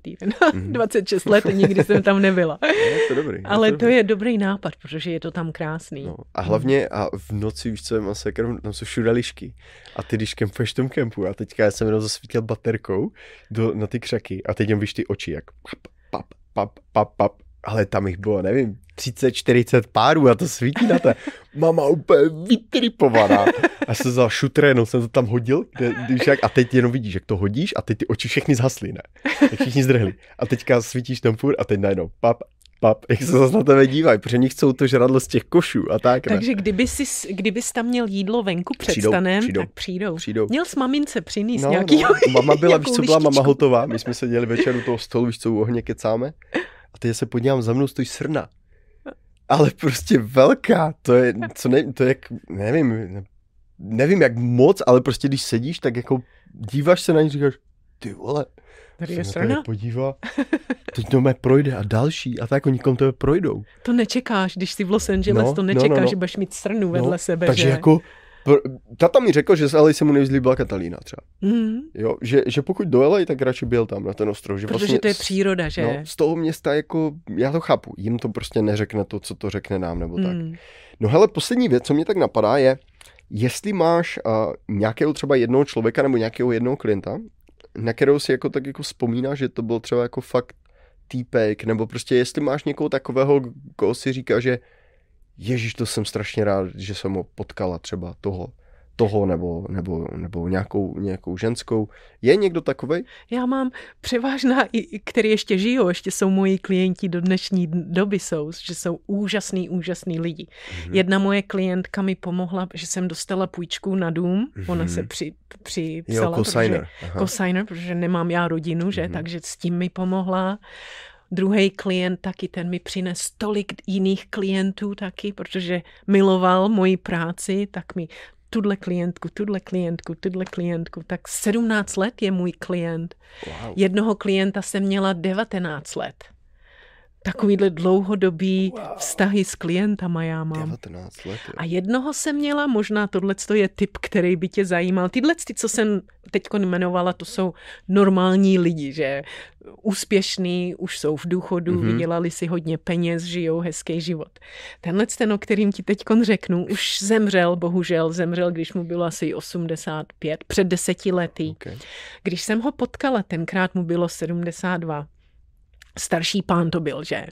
26 let, nikdy jsem tam nebyla. To dobrý, ale to je dobrý nápad, protože je to tam krásný. No, a hlavně a v noci, víš co je masakr, tam jsou všude lišky. A ty když kempuješ v tom kempu, a teďka já jsem jenom zasvítil baterkou na ty křaky a teď jim víš ty oči, jak pap. Ale tam jich bylo, nevím, 30-40 párů a to svítí na té. Mama úplně vytripovaná. A jsem vzal šutr, jenom jsem to tam hodil, a teď jenom vidíš, jak to hodíš a teď ty oči všechny zhasly, ne? Tak všichni zdrhli. A teďka svítíš tam furt a teď najednou pap, jak se zase na tebe dívají, protože oni chcou to žradlo z těch košů a tak. Takže kdybys tam měl jídlo venku před stanem, tak přijdou. Měl s mamince přinést nějaký. Mama byla, víš co byla mama hotová, my jsme seděli večer u toho stolu, víš co u ohně kecáme. A teď se podívám, za mnou stojí srna. Ale prostě velká, to je jak, nevím jak moc, ale prostě když sedíš, tak jako díváš se na ní, říkáš, ty vole, tady je srna. Podívá, teď to mě projde a další a tak oni kolem tebe projdou. To nečekáš, když jsi v Los Angeles, to nečekáš, že budeš mít srnu vedle sebe, takže že? Jako, tata mi řekl, že z LA se mu nejvíc líbila Catalina třeba. Jo, že pokud do LA, tak radši byl tam na ten ostrov. Že protože vlastně to je příroda, že? No, z toho města jako, já to chápu, jim to prostě neřekne to, co to řekne nám, nebo tak. No hele, poslední věc, co mě tak napadá je, jestli máš nějakého třeba jednoho člověka nebo nějakého jednoho klienta, na kterého si jako tak jako vzpomínáš, že to byl třeba jako fakt týpek, nebo prostě jestli máš někoho takového, koho si říká, že Ježíš, to jsem strašně rád, že jsem ho potkala třeba toho nebo nějakou ženskou. Je někdo takovej? Já mám převážná, který ještě žijou, ještě jsou moji klienti do dnešní doby, že jsou úžasný lidi. Jedna moje klientka mi pomohla, že jsem dostala půjčku na dům, ona se připsala, cosigner, protože nemám já rodinu, že, takže s tím mi pomohla. Druhý klient taky, ten mi přines tolik jiných klientů taky, protože miloval moji práci, tak mi tuhle klientku, tak 17 let je můj klient. Wow. Jednoho klienta jsem měla 19 let. Takovýhle dlouhodobý vztahy s klientama já mám. 19 let, jo. A jednoho jsem měla, možná tohleto je tip, který by tě zajímal. Tyhle, co jsem teď jmenovala, to jsou normální lidi, že úspěšní, už jsou v důchodu, vydělali si hodně peněz, žijou hezký život. Tenhle, o kterým ti teď řeknu, už zemřel, bohužel zemřel, když mu bylo asi 85, před 10 lety. Okay. Když jsem ho potkala, tenkrát mu bylo 72. Starší pán to byl, že?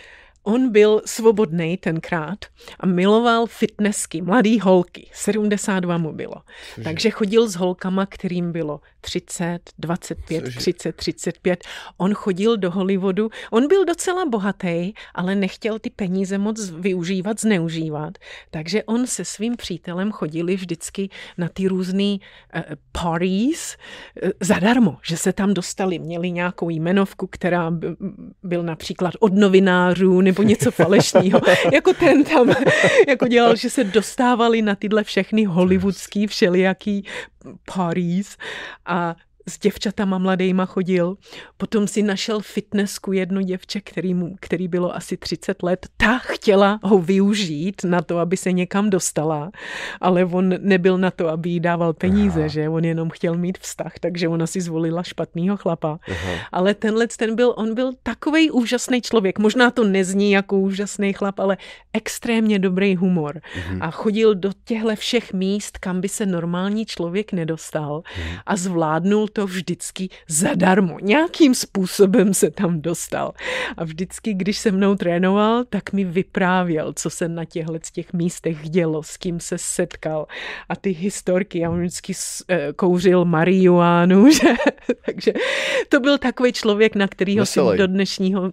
On byl svobodný tenkrát a miloval fitnessky, mladý holky. 72 mu bylo. Takže chodil s holkama, kterým bylo 30, 25, 30, 35. On chodil do Hollywoodu. On byl docela bohatý, ale nechtěl ty peníze moc využívat, zneužívat. Takže on se svým přítelem chodili vždycky na ty různý parties zadarmo, že se tam dostali. Měli nějakou jmenovku, která byl například od novinářů nebo něco falešného. Jako ten tam jako dělal, že se dostávali na tyhle všechny hollywoodský všelijaký parties a s děvčatama mladejma chodil. Potom si našel fitnessku jedno děvče, který bylo asi 30 let. Ta chtěla ho využít na to, aby se někam dostala, ale on nebyl na to, aby jí dával peníze, že? On jenom chtěl mít vztah, takže ona si zvolila špatného chlapa. Ale on byl takovej úžasný člověk. Možná to nezní jako úžasný chlap, ale extrémně dobrý humor. A chodil do těchto všech míst, kam by se normální člověk nedostal a zvládnul to vždycky zadarmo. Nějakým způsobem se tam dostal. A vždycky, když se mnou trénoval, tak mi vyprávěl, co se na těch místech dělo, s kým se setkal. A ty historky, a on vždycky kouřil marihuánu, že? Takže to byl takový člověk, na kterýho si do dnešního...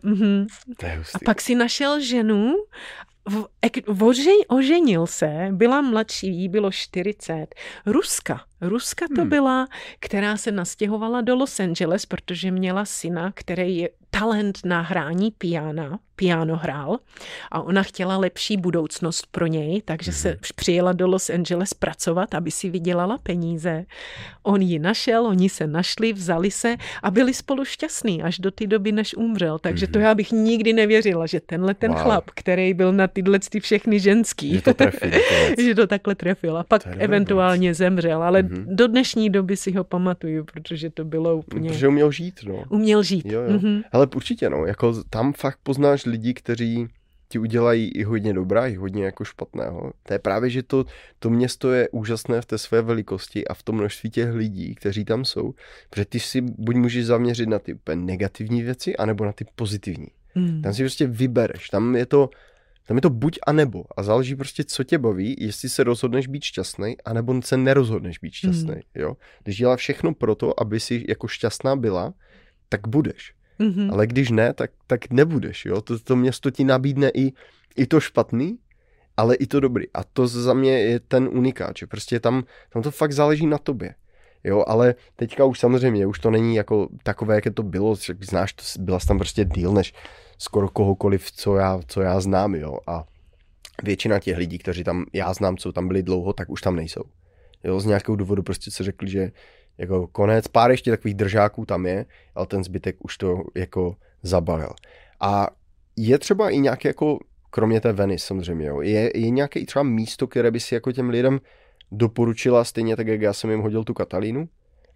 A pak si našel ženu, oženil se, byla mladší, jí bylo 40, Ruska to byla, která se nastěhovala do Los Angeles, protože měla syna, který je talent na hrání piano hrál a ona chtěla lepší budoucnost pro něj, takže se přijela do Los Angeles pracovat, aby si vydělala peníze. On ji našel, oni se našli, vzali se a byli spolu šťastní až do té doby, než umřel. Takže to já bych nikdy nevěřila, že tenhle chlap, který byl na tyhle všechny ženský, že to takhle trefil a pak eventuálně zemřel, ale do dnešní doby si ho pamatuju, protože to bylo úplně... Protože uměl žít, no. Uměl žít. Jo. Ale určitě, no, jako tam fakt poznáš lidi, kteří ti udělají i hodně dobrá, i hodně jako špatného. To je právě, že to město je úžasné v té své velikosti a v tom množství těch lidí, kteří tam jsou, protože ty si buď můžeš zaměřit na ty úplně negativní věci, anebo na ty pozitivní. Tam si prostě vybereš, tam je to buď a nebo a záleží prostě, co tě baví, jestli se rozhodneš být šťastný, anebo se nerozhodneš být šťastný, jo. Když děláš všechno pro to, aby si jako šťastná byla, tak budeš. Ale když ne, tak nebudeš, jo. To město ti nabídne i to špatný, ale i to dobrý. A to za mě je ten unikát, že prostě tam to fakt záleží na tobě. Jo, ale teďka už samozřejmě, už to není jako takové, jaké to bylo, znáš, byla jsi tam prostě díl než skoro kohokoliv, co já znám, jo, a většina těch lidí, kteří tam já znám, co tam byli dlouho, tak už tam nejsou. Jo, z nějakého důvodu prostě se řekli, že jako konec, pár ještě takových držáků tam je, ale ten zbytek už to jako zabalil. A je třeba i nějaké jako, kromě té Venice samozřejmě, jo, je nějaké třeba místo, které by si jako těm lidem doporučila, stejně tak, jak já jsem jim hodil tu Katalínu?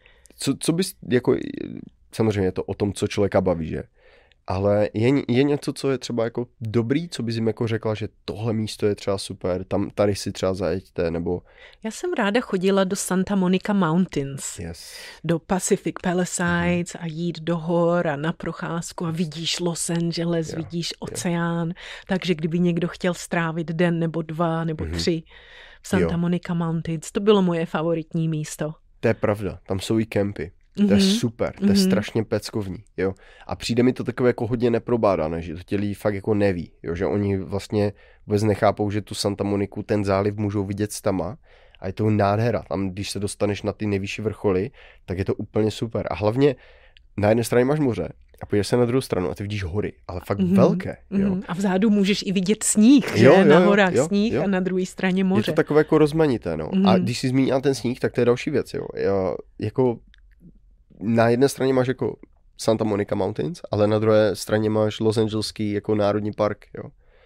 Co bys, jako, samozřejmě je to o tom, co člověka baví, že? Ale je něco, co je třeba jako dobrý, co bys jim jako řekla, že tohle místo je třeba super, tady si třeba zajeďte, nebo... Já jsem ráda chodila do Santa Monica Mountains, do Pacific Palisades a jít do hor a na procházku a vidíš Los Angeles, vidíš oceán, takže kdyby někdo chtěl strávit den nebo 2 nebo 3 v Santa Monica Mountains, to bylo moje favoritní místo. To je pravda, tam jsou i kempy. To je super, to je strašně peckovní, jo. A přijde mi to takové jako hodně neprobádané, že to ti lidi fakt jako neví, jo, že oni vlastně vůbec nechápou, že tu Santa Moniku, ten záliv můžou vidět s tama a je to nádhera. Tam, když se dostaneš na ty nejvyšší vrcholy, tak je to úplně super. A hlavně na jedné straně máš moře a půjdeš se na druhou stranu a ty vidíš hory, ale fakt velké, jo. A vzadu můžeš i vidět sníh, že? Na horách sníh a na druhé straně moře. Je to takové jako rozmanité, no. A když si zmínila ten sníh, tak to je další věc, jo. Jako na jedné straně máš jako Santa Monica Mountains, ale na druhé straně máš Los Angeleský jako národní park, jo.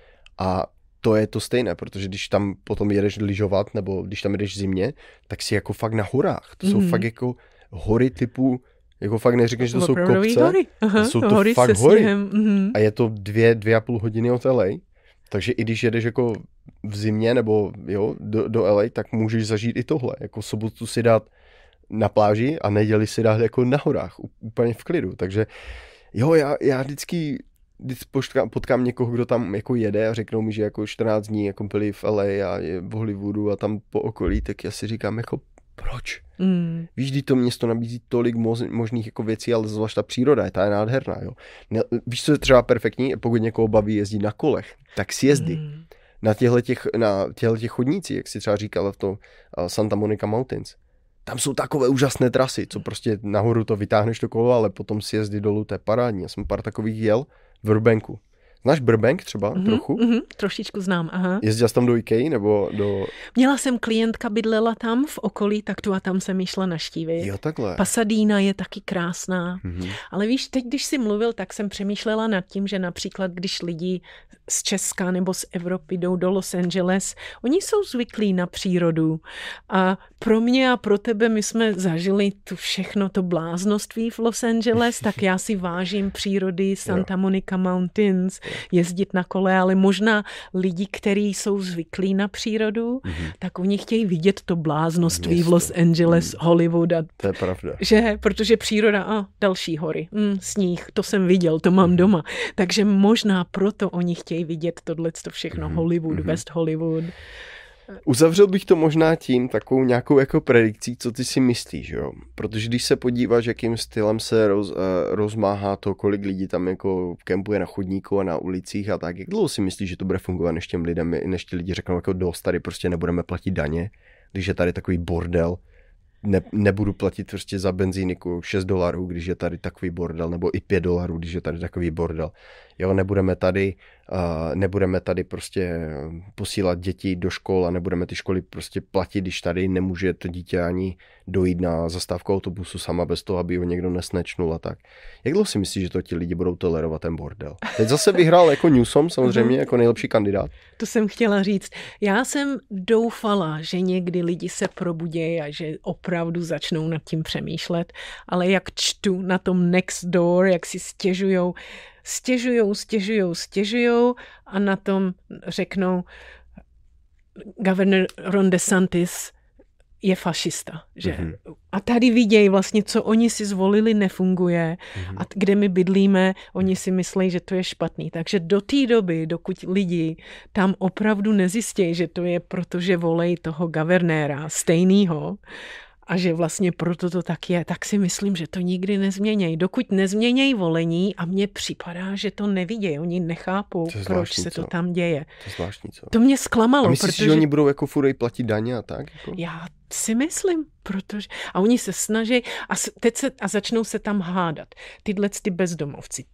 A to je to stejné, protože když tam potom jedeš lyžovat, nebo když tam jedeš v zimě, tak si jako fakt na horách. To jsou fakt jako hory typu, jako fakt neřekneš, že to jsou kopce, hory. Aha, jsou to hory fakt se hory. sněhem. A je to 2,5 hodiny od LA, takže i když jedeš jako v zimě nebo jo, do LA, tak můžeš zažít i tohle. Jako sobotu si dát na pláži a neděli si dát jako na horách, úplně v klidu. Takže jo, já vždycky potkám někoho, kdo tam jako jede a řeknou mi, že jako 14 dní jako byli v LA a je v Hollywoodu a tam po okolí, tak já si říkám jako proč? Víš, kdy to město nabízí tolik možných jako věcí, ale zvlášť ta příroda, ta je nádherná, jo. Víš, co je třeba perfektní? Pokud někoho baví jezdit na kolech, tak si jezdí. Na těchto chodnících, jak si třeba říkala v tom Santa Monica Mountains. Tam jsou takové úžasné trasy, co prostě nahoru to vytáhneš to kolo, ale potom si jezdí dolů, to je parádní. Já jsem pár takových jel v Burbanku. Znáš Burbank třeba trochu? Trošičku znám, aha. Jezdila jsi tam do IKEA nebo do... Měla jsem klientka, bydlela tam v okolí, tak tu a tam jsem ji šla naštívit. Jo, takhle. Pasadena je taky krásná. Ale víš, teď, když jsi mluvil, tak jsem přemýšlela nad tím, že například, když lidi z Česka nebo z Evropy jdou do Los Angeles, oni jsou zvyklí na přírodu. A pro mě a pro tebe, my jsme zažili tu všechno to bláznoství v Los Angeles, tak já si vážím přírody Santa Monica Mountains, jezdit na kole, ale možná lidi, kteří jsou zvyklí na přírodu, tak oni chtějí vidět to bláznoství v Los Angeles, Hollywood. To je pravda. Že, protože příroda, další hory, sníh, to jsem viděl, to mám doma. Takže možná proto oni chtějí vidět tohleto všechno, Hollywood, West Hollywood. Uzavřel bych to možná tím takovou nějakou jako predikcí, co ty si myslíš, jo? Protože když se podíváš, jakým stylem se rozmáhá to, kolik lidí tam jako kempuje na chodníku a na ulicích a tak, jak dlouho si myslíš, že to bude fungovat, než těm lidem, než ti lidi řeknou jako dost, tady prostě nebudeme platit daně, když je tady takový bordel, nebudu platit prostě za benzíniku $6, když je tady takový bordel, nebo i $5, když je tady takový bordel. Jo, nebudeme tady prostě posílat děti do škol a nebudeme ty školy prostě platit, když tady nemůže to dítě ani dojít na zastávku autobusu sama bez toho, aby ho někdo nesnečnul a tak. Jak dlouho si myslíš, že to ti lidi budou tolerovat ten bordel? Teď zase vyhrál jako Newsom samozřejmě, jako nejlepší kandidát. To jsem chtěla říct. Já jsem doufala, že někdy lidi se probudějí a že opravdu začnou nad tím přemýšlet, ale jak čtu na tom Nextdoor, jak si stěžujou a na tom řeknou Governor Ron DeSantis je fašista. Že? A tady vidějí vlastně, co oni si zvolili, nefunguje a kde my bydlíme, oni si myslí, že to je špatný. Takže do té doby, dokud lidi tam opravdu nezjistějí, že to je proto, že volej toho guvernéra stejnýho, a že vlastně proto to tak je, tak si myslím, že to nikdy nezměnějí. Dokud nezměnějí volení a mně připadá, že to nevidějí, oni nechápou, proč se to tam děje. To je zvláštní, co? To mě zklamalo. A myslíš, že oni budou jako furt platit daně a tak? Jako? Já si myslím, protože... A oni se snaží a začnou se tam hádat. Tyhle ty bezdomovci.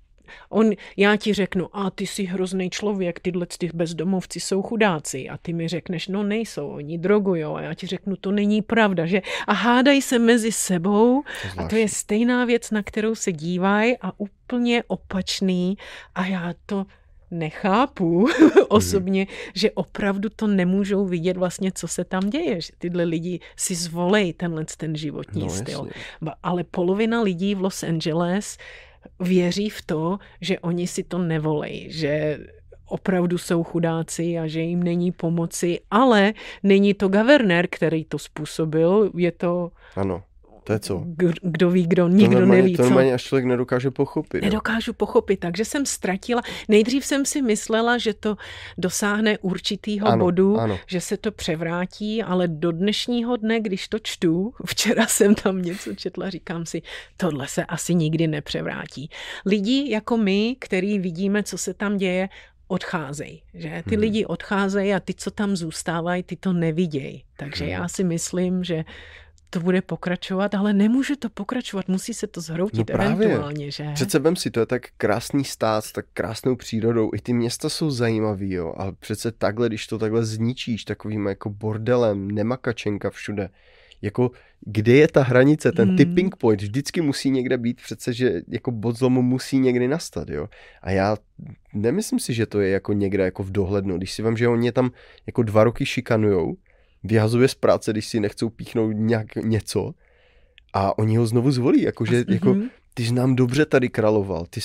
Já ti řeknu, ty jsi hrozný člověk, tyhle ty bezdomovci jsou chudáci a ty mi řekneš, no nejsou, oni drogujou a já ti řeknu, to není pravda, že? A hádají se mezi sebou a to je stejná věc, na kterou se dívají a úplně opačný a já to nechápu osobně, že opravdu to nemůžou vidět vlastně, co se tam děje, že tyhle lidi si zvolej ten životní styl. Ale polovina lidí v Los Angeles věří v to, že oni si to nevolejí, že opravdu jsou chudáci a že jim není pomoci, ale není to guvernér, který to způsobil, je to... Ano. To je co? Kdo ví, nikdo neví, co. To normálně až člověk nedokáže pochopit. Nedokážu pochopit, takže jsem ztratila. Nejdřív jsem si myslela, že to dosáhne určitýho bodu, že se to převrátí, ale do dnešního dne, když to čtu, včera jsem tam něco četla, říkám si, tohle se asi nikdy nepřevrátí. Lidi jako my, který vidíme, co se tam děje, odcházejí, že? Ty lidi odcházejí a ty, co tam zůstávají, ty to nevidějí. Takže já si myslím, že to bude pokračovat, ale nemůže to pokračovat, musí se to zhroutit eventuálně, že? Přece vem si, to je tak krásný stát s tak krásnou přírodou, i ty města jsou zajímavý, jo, ale přece takhle, když to takhle zničíš takovým jako bordelem, nemakačenka všude, jako kde je ta hranice, ten tipping point, vždycky musí někde být, přece, že jako bod zlomu musí někdy nastat, jo. A já nemyslím si, že to je jako někde jako v dohlednu, když si vím, že oni tam jako 2 roky šikanujou, vyhazuje z práce, když si nechcou píchnout nějak něco a oni ho znovu zvolí, jakože jako, ty jsi nám dobře tady královal, ty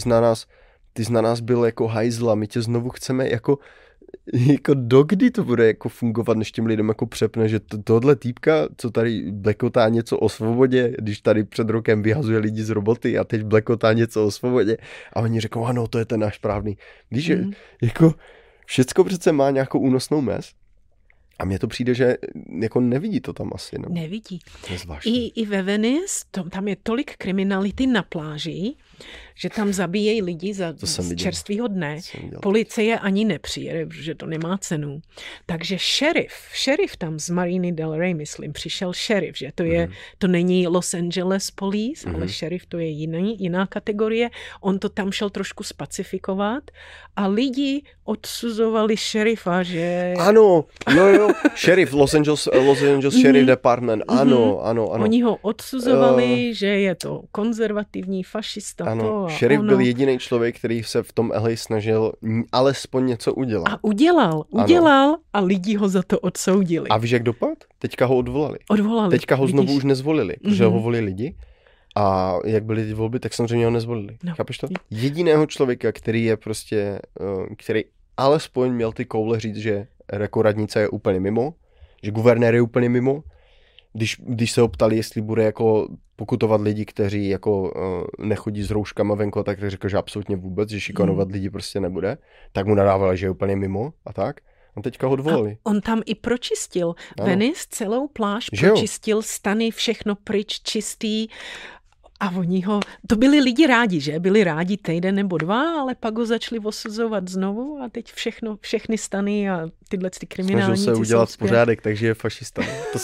jsi na nás byl jako hajzla, my tě znovu chceme jako dokdy to bude jako fungovat, než těm lidem jako přepne, že tohle týpka, co tady blekotá něco o svobodě, když tady před rokem vyhazuje lidi z roboty a teď blekotá něco o svobodě a oni řeknou, ano, to je ten náš správný. Víš, že jako všecko přece má nějakou únosnou mez a mně to přijde, že jako nevidí to tam asi. No. Nevidí. I ve Venice, tam je tolik kriminality na pláži, že tam zabíjejí lidi z čerstvýho dne. Policie ani nepřijede, protože to nemá cenu. Takže šerif tam z Mariny del Rey, myslím, přišel šerif, že to není Los Angeles Police, ale šerif to je jiná kategorie. On to tam šel trošku spacifikovat a lidi odsuzovali šerifa, že... Ano, jo, šerif, Los Angeles Sheriff Department, ano. Oni ho odsuzovali, že je to konzervativní fašista. Ano, šerif byl jediný člověk, který se v tom LA snažil alespoň něco udělat. A udělal a lidi ho za to odsoudili. A víš, jak dopad? Teďka ho odvolali. Teďka ho znovu už nezvolili, protože ho volili lidi. A jak byly ty volby, tak samozřejmě ho nezvolili. No. Chápeš to? Jediného člověka, který je prostě, který alespoň měl ty koule říct, že jako radnice je úplně mimo, že guvernér je úplně mimo. Když se ho ptali, jestli bude jako pokutovat lidi, kteří jako nechodí s rouškama venku, tak řekl, že absolutně vůbec, že šikanovat lidi prostě nebude. Tak mu nadávali, že je úplně mimo a tak. A teďka ho odvolali. A on tam i pročistil. Venice celou pláž pročistil, stany, všechno pryč, čistý. A to byli lidi rádi, že? Byli rádi týden nebo 2, ale pak ho začali osuzovat znovu a teď všechny stany a tyhle kriminálníci snažil se udělat pořádek, takže je fašista.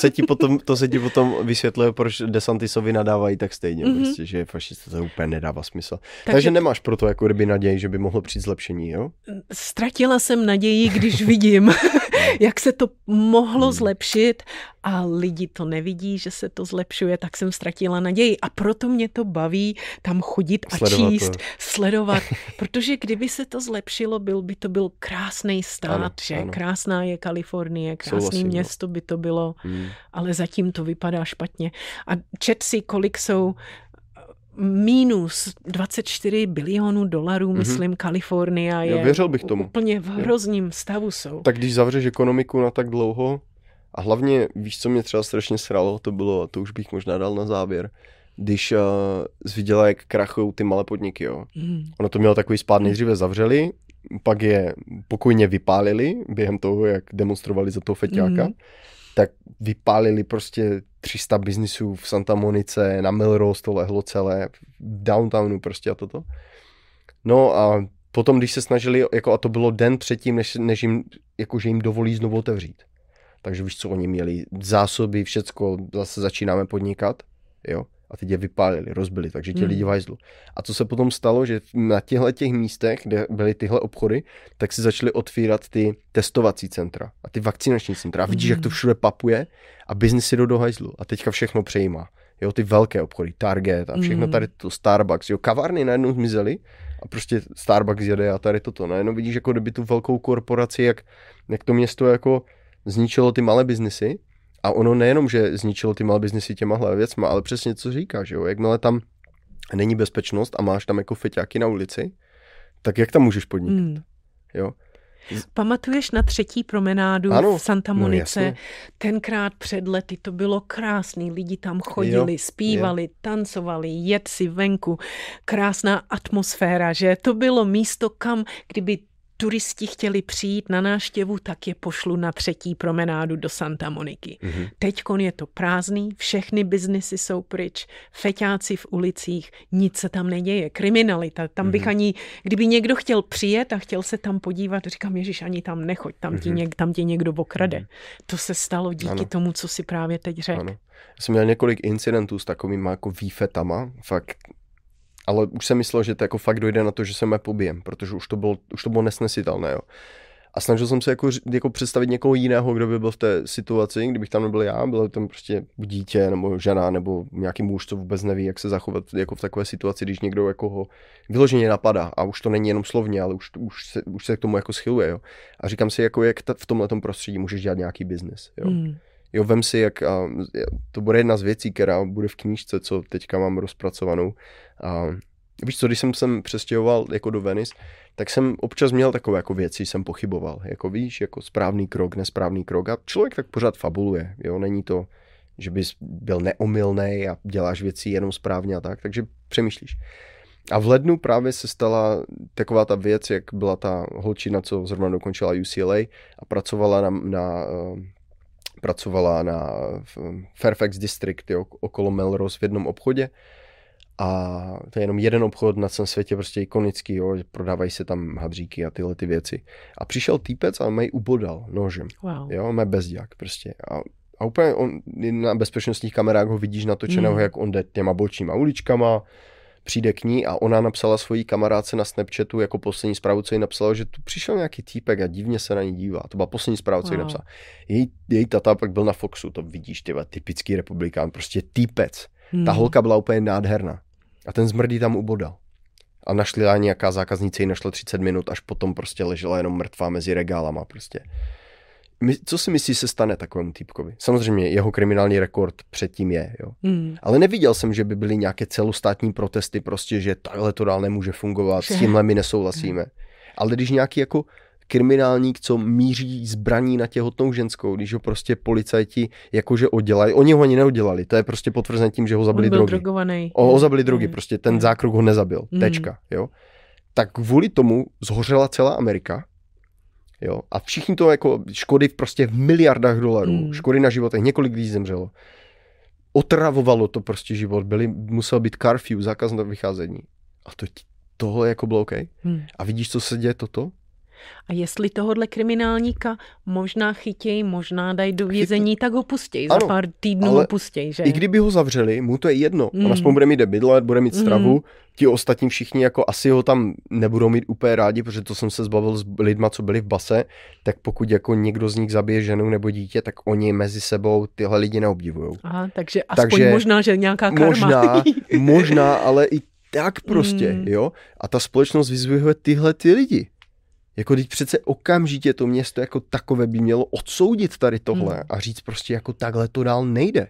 To se ti potom vysvětluje, proč DeSantisovi nadávají tak stejně, prostě, že je fašista, to úplně nedává smysl. Takže nemáš proto jako kdyby naději, že by mohlo přijít zlepšení, jo? Ztratila jsem naději, když vidím, jak se to mohlo zlepšit a lidi to nevidí, že se to zlepšuje, tak jsem ztratila naději a proto mě to baví tam chodit a sledovat, protože kdyby se to zlepšilo, by to byl krásný stát, že? Ano. Krásná je Kalifornie, krásné město by to bylo, ale zatím to vypadá špatně. A čet si, kolik jsou minus 24 bilionů dolarů, myslím, Kalifornia je věřil bych tomu. Úplně v hrozním stavu jsou. Tak když zavřeš ekonomiku na tak dlouho, a hlavně, víš, co mě třeba strašně sralo, to už bych možná dal na závěr, když jsi viděla, jak krachují ty malé podniky, jo. Ono to mělo takový spád, nejdříve zavřeli, pak je pokojně vypálili, během toho, jak demonstrovali za toho feťáka, tak vypálili prostě 300 biznisů v Santa Monice, na Melrose to lehlo celé, v downtownu prostě a toto. No a potom, když se snažili, jako, a to bylo den předtím, než jim, jakože jim dovolí znovu otevřít. Takže víš co, oni měli zásoby, všecko, zase začínáme podnikat, jo. A teď je vypálili, rozbili, takže ti lidi vajzlu. A co se potom stalo, že na těch místech, kde byly tyhle obchody, tak si začaly otvírat ty testovací centra a ty vakcinační centra. A vidíš, jak to všude papuje a biznisy jdou do hajzlu. A teďka všechno přejímá. Jo, ty velké obchody, Target a všechno tady to, Starbucks, jo, kavárny najednou zmizely a prostě Starbucks jede a tady toto. Najednou vidíš, jako kdyby tu velkou korporaci, jak to město jako zničilo ty malé biznisy. A ono nejenom, že zničilo ty malé biznesy těmahle věcma, ale přesně co říká, že jo, jakmile tam není bezpečnost a máš tam jako feťáky na ulici, tak jak tam můžeš podnikat, jo? Pamatuješ na 3. promenádu v Santa Monice? No, tenkrát před lety to bylo krásný, lidi tam chodili, zpívali, tancovali, jet si venku, krásná atmosféra, že to bylo místo, kam kdyby turisti chtěli přijít na návštěvu, tak je pošlu na 3. promenádu do Santa Moniky. Teďkon je to prázdný, všechny biznisy jsou pryč, feťáci v ulicích, nic se tam neděje, kriminalita. Tam bych ani, kdyby někdo chtěl přijet a chtěl se tam podívat, říkám, Ježiš, ani tam nechoď, tam tě někdo okrade. To se stalo díky tomu, co si právě teď řekl. Já jsem měl několik incidentů s takovými jako výfetama, fakt. Ale už jsem myslel, že to jako fakt dojde na to, že se mě pobijem, protože už to bylo nesnesitelné, jo. A snažil jsem se jako představit někoho jiného, kdo by byl v té situaci, kdybych tam nebyl já, byl tam prostě dítě nebo žena nebo nějaký muž, co vůbec neví, jak se zachovat jako v takové situaci, když někdo jako ho vyloženě napadá a už to není jenom slovně, ale už se k tomu jako schyluje, jo. A říkám si, jako jak v tomhletom prostředí můžeš dělat nějaký biznes, jo. Jo, vem si, jak to bude jedna z věcí, která bude v knížce, co teďka mám rozpracovanou. Víš co, když jsem sem přestěhoval jako do Venice, tak jsem občas měl takové jako věci, jsem pochyboval. Jako víš, jako správný krok, nesprávný krok. A člověk tak pořád fabuluje. Jo, není to, že bys byl neomylnej a děláš věci jenom správně a tak. Takže přemýšlíš. A v lednu právě se stala taková ta věc, jak byla ta holčina, co zrovna dokončila UCLA a pracovala na Fairfax District, jo, okolo Melrose v jednom obchodě. A to je jenom jeden obchod na celém světě, prostě ikonický, jo, prodávají se tam hadříky a tyhle ty věci. A přišel týpec a mě ubodal nožem. Wow. Jo, mě bezďák prostě. A úplně on, na bezpečnostních kamerách ho vidíš natočeného, jak on jde těma bočníma uličkama, přijde k ní a ona napsala svojí kamarádce na Snapchatu jako poslední zprávu, co jí napsala, že tu přišel nějaký týpek a divně se na ní dívá. To byla poslední zpráva, co jí napsala. Její tata pak byl na Foxu, to vidíš, tyba, typický republikán, prostě týpec. Ta holka byla úplně nádherná. A ten zmrdý tam ubodal. A našli nějaká zákaznice, ji našla 30 minut, až potom prostě ležela jenom mrtvá mezi regálama prostě. Co si myslíš, se stane takovému týpkovi? Samozřejmě jeho kriminální rekord předtím je, jo. Ale neviděl jsem, že by byly nějaké celostátní protesty prostě, že takhle to dál nemůže fungovat, s tímhle my nesouhlasíme. Ale když nějaký jako kriminálník, co míří zbraní na těhotnou ženskou, když ho prostě policajti jakože oddělají, oni ho ani neoddělali, to je prostě potvrzen tím, že ho zabili drogy. Drogovaný. Ho zabili drogy, prostě ten zákrok ho nezabil, tečka, jo. Tak kvůli tomu zhořela celá Amerika. Jo? A všichni to jako škody prostě v miliardách dolarů, škody na životech, několik lidí zemřelo. Otravovalo to prostě život, musel být curfew, zákaz na vycházení. A tohle jako bylo OK. A vidíš, co se děje toto? A jestli tohodle kriminálníka možná chytěj, možná dají do vězení, tak ho pustěj. Za pár týdnů ho pustěj, že? I kdyby ho zavřeli, mu to je jedno. On aspoň bude mít bydlet, bude mít stravu. Ti ostatní všichni jako asi ho tam nebudou mít úplně rádi, protože to jsem se zbavil s lidma, co byli v base, tak pokud jako někdo z nich zabije ženu nebo dítě, tak oni mezi sebou tyhle lidi neobdivujou. Aha, takže aspoň možná, že nějaká karma. Možná, ale i tak prostě, jo? A ta společnost vyzvihuje tyhle ty lidi. Jako teď přece okamžitě to město jako takové by mělo odsoudit tady tohle a říct prostě jako takhle to dál nejde.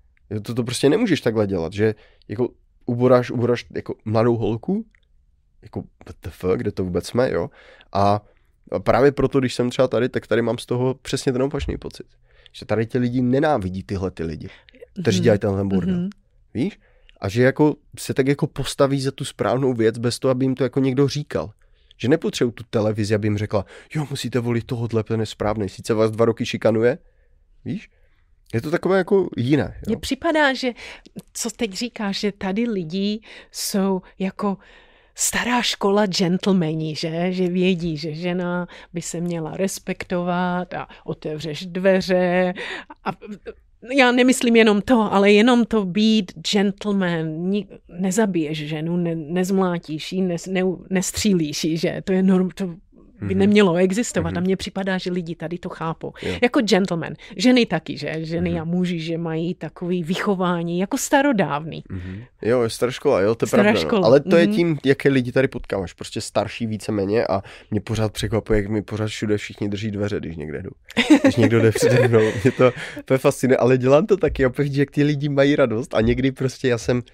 To prostě nemůžeš takhle dělat, že jako uboráš jako mladou holku, jako WTF, kde to vůbec jsme, jo. A právě proto, když jsem třeba tady, tak tady mám z toho přesně ten opačný pocit. Že tady ti lidi nenávidí tyhle ty lidi, kteří dělají tenhle bordel. Víš? A že jako se tak jako postaví za tu správnou věc bez toho, aby jim to jako někdo říkal. Že nepotřebuji tu televizi, aby jim řekla, jo, musíte volit tohohle, ten je správný. Sice vás 2 roky šikanuje, víš? Je to takové jako jiné. Mně připadá, že, co teď říkáš, že tady lidi jsou jako stará škola gentlemani, že vědí, že žena by se měla respektovat a otevřeš dveře a já nemyslím jenom to, ale jenom to být gentleman. Nezabiješ ženu, nezmlátíš ji, nestřílíš ji, že to je to by nemělo existovat. A mně připadá, že lidi tady to chápou. Jako gentleman. Ženy taky, že? Ženy a muži, že mají takový vychování jako starodávný. Jo, je stará škola, jo, to je pravda. No. Ale to je tím, jaké lidi tady potkáváš. Prostě starší víceméně a mě pořád překvapuje, jak mi pořád všude všichni drží dveře, když někde jdu. Když někdo jde přede mnou. Mě to je fascinuje, ale dělám to taky, opět, jak ty lidi mají radost a někdy prostě já jsem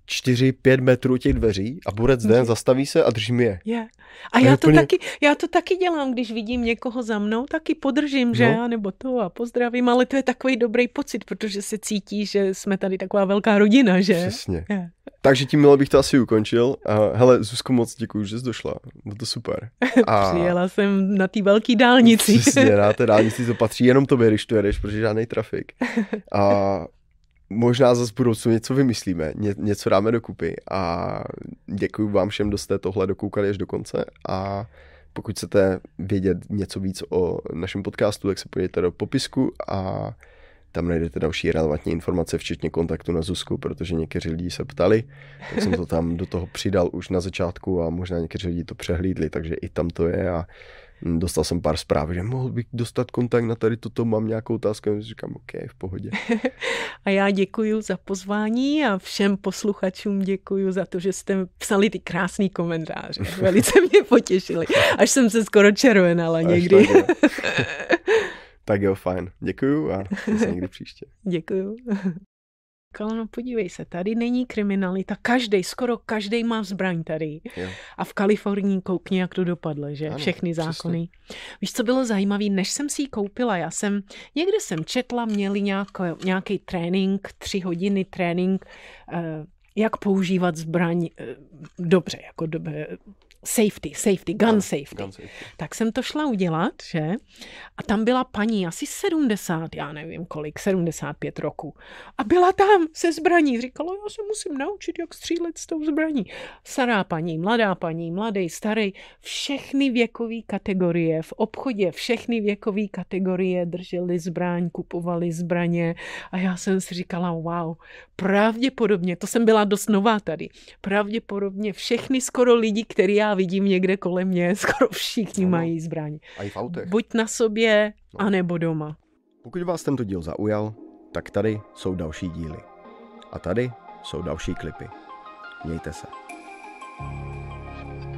4-5 metrů těch dveří a borec jde, zastaví se a drží mi je. A já to taky dělám, když vidím někoho za mnou, taky podržím, že já nebo to a pozdravím, ale to je takový dobrý pocit, protože se cítí, že jsme tady taková velká rodina, že? Přesně. Takže tím milé bych to asi ukončil. Hele, Zuzko, moc děkuju, že jsi došla. Bylo to super. Přijela jsem na té velké dálnici. Přesně, na té dálnici to patří jenom tobě, když tu jedeš, protože žádnej trafik. A možná zase v budoucnu něco vymyslíme, něco dáme dokupy a děkuji vám všem, kdo jste tohle dokoukali až do konce a pokud chcete vědět něco víc o našem podcastu, tak se podívejte do popisku a tam najdete další relevantní informace, včetně kontaktu na Zuzku, protože někteří lidi se ptali, tak jsem to tam do toho přidal už na začátku a možná někteří lidi to přehlídli, takže i tam to je a Dostal jsem pár zpráv, že mohl bych dostat kontakt na tady toto, mám nějakou otázku, a říkám, OK, v pohodě. A já děkuji za pozvání a všem posluchačům děkuji za to, že jste psali ty krásný komentáře. Velice mě potěšili, až jsem se skoro červenala někdy. Tak jo, fajn. Děkuju a zase někdy příště. Děkuju. No podívej se, tady není kriminalita, skoro každý má zbraň tady. Jo. A v Kalifornii koukni, jak to dopadlo, že? Ano, všechny zákony. Přesně. Víš, co bylo zajímavé? Než jsem si ji koupila, někde jsem četla, měli nějaký trénink, 3 hodiny trénink, jak používat zbraň dobře, jako safety, gun safety. Tak jsem to šla udělat, že? A tam byla paní asi 70, já nevím kolik, 75 roku. A byla tam se zbraní. Říkala, já se musím naučit, jak střílet s tou zbraní. Stará paní, mladý, starý, všechny věkové kategorie, v obchodě všechny věkové kategorie drželi zbraň, kupovali zbraně. A já jsem si říkala, wow, pravděpodobně, to jsem byla dost nová tady, pravděpodobně všechny skoro lidi, který já vidím někde kolem mě, skoro všichni mají zbraň. A i v autech. Buď na sobě, anebo doma. Pokud vás tento díl zaujal, tak tady jsou další díly. A tady jsou další klipy. Mějte se.